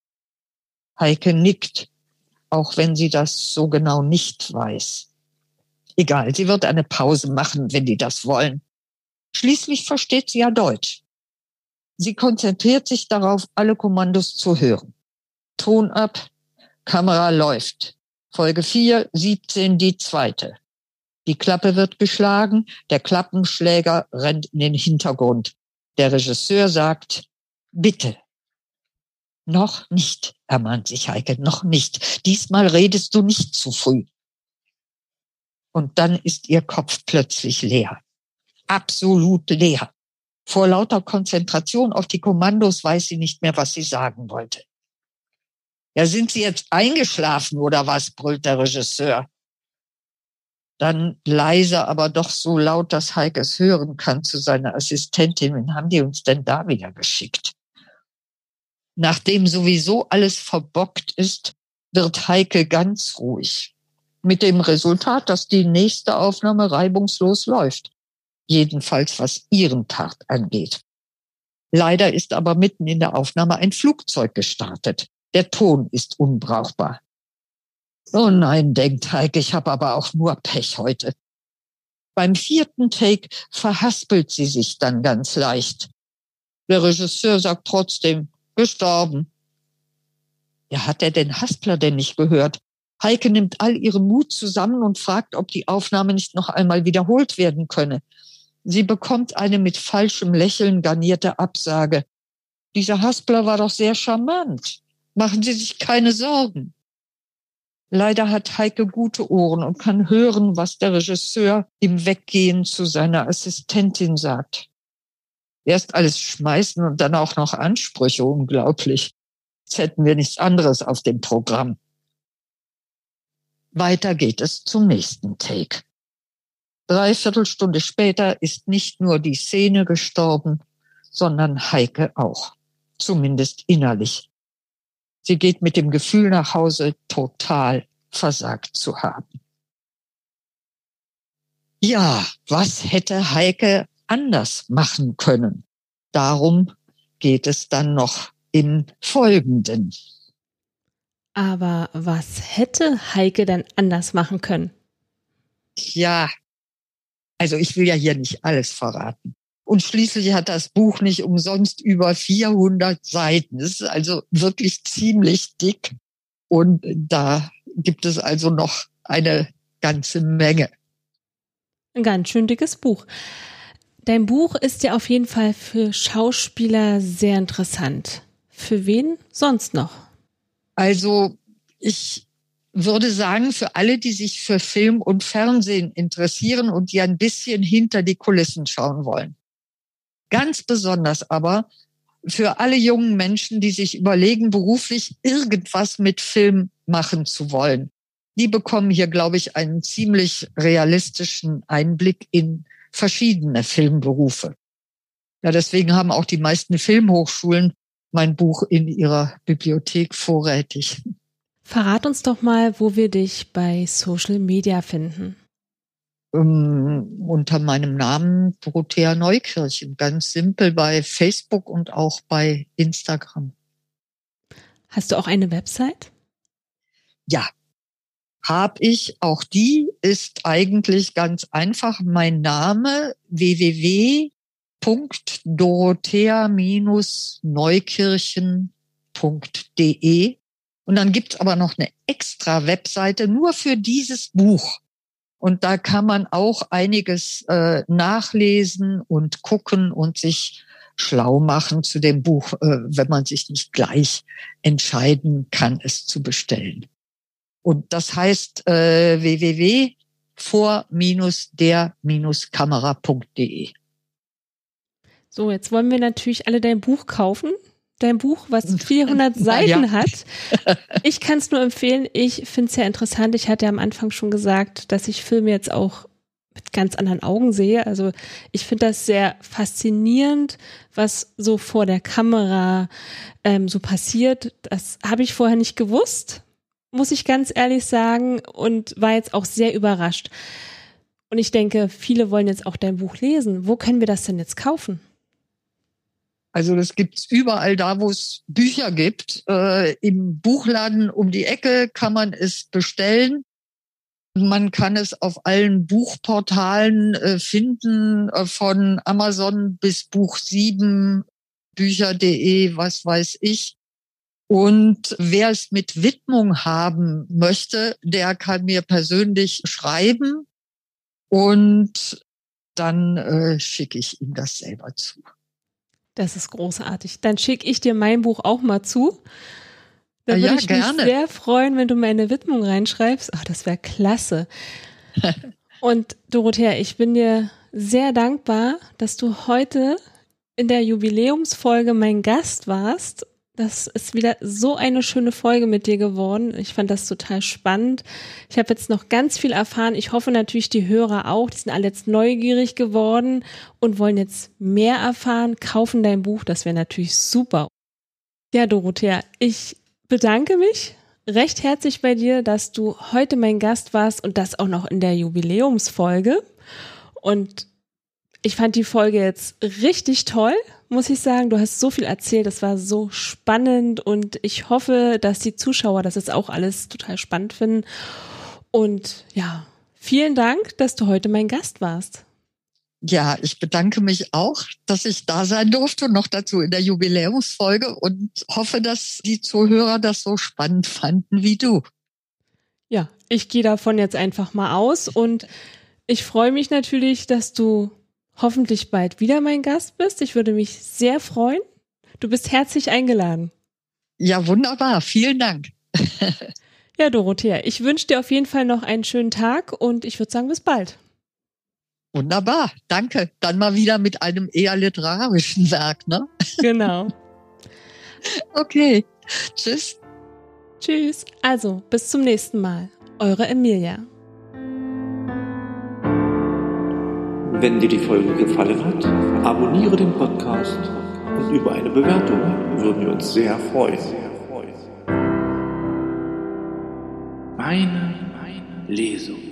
Heike nickt, auch wenn sie das so genau nicht weiß. Egal, sie wird eine Pause machen, wenn die das wollen. Schließlich versteht sie ja Deutsch. Sie konzentriert sich darauf, alle Kommandos zu hören. Ton ab, Kamera läuft. Folge 4, 17, die zweite. Die Klappe wird geschlagen, der Klappenschläger rennt in den Hintergrund. Der Regisseur sagt, bitte. Noch nicht, ermahnt sich Heike, noch nicht. Diesmal redest du nicht zu früh. Und dann ist ihr Kopf plötzlich leer. Absolut leer. Vor lauter Konzentration auf die Kommandos weiß sie nicht mehr, was sie sagen wollte. Ja, sind Sie jetzt eingeschlafen oder was, brüllt der Regisseur. Dann leise, aber doch so laut, dass Heike es hören kann, zu seiner Assistentin. Wen haben die uns denn da wieder geschickt? Nachdem sowieso alles verbockt ist, wird Heike ganz ruhig. Mit dem Resultat, dass die nächste Aufnahme reibungslos läuft. Jedenfalls was ihren Part angeht. Leider ist aber mitten in der Aufnahme ein Flugzeug gestartet. Der Ton ist unbrauchbar. Oh nein, denkt Heike, ich habe aber auch nur Pech heute. Beim 4. Take verhaspelt sie sich dann ganz leicht. Der Regisseur sagt trotzdem, gestorben. Ja, hat er den Haspler denn nicht gehört? Heike nimmt all ihren Mut zusammen und fragt, ob die Aufnahme nicht noch einmal wiederholt werden könne. Sie bekommt eine mit falschem Lächeln garnierte Absage. Dieser Haspler war doch sehr charmant. Machen Sie sich keine Sorgen. Leider hat Heike gute Ohren und kann hören, was der Regisseur im Weggehen zu seiner Assistentin sagt. Erst alles schmeißen und dann auch noch Ansprüche, unglaublich. Jetzt hätten wir nichts anderes auf dem Programm. Weiter geht es zum nächsten Take. 3/4 Stunde später ist nicht nur die Szene gestorben, sondern Heike auch. Zumindest innerlich. Sie geht mit dem Gefühl nach Hause, total versagt zu haben. Ja, was hätte Heike anders machen können? Darum geht es dann noch im Folgenden. Aber was hätte Heike denn anders machen können? Ja, also ich will ja hier nicht alles verraten. Und schließlich hat das Buch nicht umsonst über 400 Seiten. Es ist also wirklich ziemlich dick. Und da gibt es also noch eine ganze Menge. Ein ganz schön dickes Buch. Dein Buch ist ja auf jeden Fall für Schauspieler sehr interessant. Für wen sonst noch? Also ich würde sagen, für alle, die sich für Film und Fernsehen interessieren und die ein bisschen hinter die Kulissen schauen wollen. Ganz besonders aber für alle jungen Menschen, die sich überlegen, beruflich irgendwas mit Film machen zu wollen. Die bekommen hier, glaube ich, einen ziemlich realistischen Einblick in verschiedene Filmberufe. Ja, deswegen haben auch die meisten Filmhochschulen mein Buch in ihrer Bibliothek vorrätig. Verrat uns doch mal, wo wir dich bei Social Media finden. Unter meinem Namen Dorothea Neukirchen, ganz simpel bei Facebook und auch bei Instagram. Hast du auch eine Website? Ja, habe ich. Auch die ist eigentlich ganz einfach. Mein Name www.dorothea-neukirchen.de und dann gibt's aber noch eine extra Webseite nur für dieses Buch. Und da kann man auch einiges nachlesen und gucken und sich schlau machen zu dem Buch, wenn man sich nicht gleich entscheiden kann, es zu bestellen. Und das heißt www.vor-der-kamera.de. So, jetzt wollen wir natürlich alle dein Buch kaufen. dein Buch, was 400 Seiten hat. Ich kann es nur empfehlen. Ich finde es sehr interessant. Ich hatte ja am Anfang schon gesagt, dass ich Filme jetzt auch mit ganz anderen Augen sehe. Also ich finde das sehr faszinierend, was so vor der Kamera so passiert. Das habe ich vorher nicht gewusst, muss ich ganz ehrlich sagen, und war jetzt auch sehr überrascht. Und ich denke, viele wollen jetzt auch dein Buch lesen. Wo können wir das denn jetzt kaufen? Also das gibt's überall da, wo es Bücher gibt. Im Buchladen um die Ecke kann man es bestellen. Man kann es auf allen Buchportalen finden, von Amazon bis Buch7, Bücher.de, was weiß ich. Und wer es mit Widmung haben möchte, der kann mir persönlich schreiben und dann schicke ich ihm das selber zu. Das ist großartig. Dann schicke ich dir mein Buch auch mal zu. Da würde ich mich sehr freuen, wenn du mir eine Widmung reinschreibst. Ach, das wäre klasse. Und Dorothea, ich bin dir sehr dankbar, dass du heute in der Jubiläumsfolge mein Gast warst. Das ist wieder so eine schöne Folge mit dir geworden. Ich fand das total spannend. Ich habe jetzt noch ganz viel erfahren. Ich hoffe natürlich, die Hörer auch. Die sind alle jetzt neugierig geworden und wollen jetzt mehr erfahren. Kaufen dein Buch, das wäre natürlich super. Ja, Dorothea, ich bedanke mich recht herzlich bei dir, dass du heute mein Gast warst und das auch noch in der Jubiläumsfolge. Und ich fand die Folge jetzt richtig toll, muss ich sagen. Du hast so viel erzählt, das war so spannend und ich hoffe, dass die Zuschauer das jetzt auch alles total spannend finden. Und ja, vielen Dank, dass du heute mein Gast warst. Ja, ich bedanke mich auch, dass ich da sein durfte und noch dazu in der Jubiläumsfolge und hoffe, dass die Zuhörer das so spannend fanden wie du. Ja, ich gehe davon jetzt einfach mal aus und ich freue mich natürlich, dass du hoffentlich bald wieder mein Gast bist. Ich würde mich sehr freuen. Du bist herzlich eingeladen. Ja, wunderbar. Vielen Dank. Ja, Dorothea, ich wünsche dir auf jeden Fall noch einen schönen Tag und ich würde sagen, bis bald. Wunderbar, danke. Dann mal wieder mit einem eher literarischen Werk, ne? Genau. Okay, tschüss. Tschüss. Also, bis zum nächsten Mal. Eure Emilia. Wenn dir die Folge gefallen hat, abonniere den Podcast und über eine Bewertung würden wir uns sehr freuen. Meine Lesung.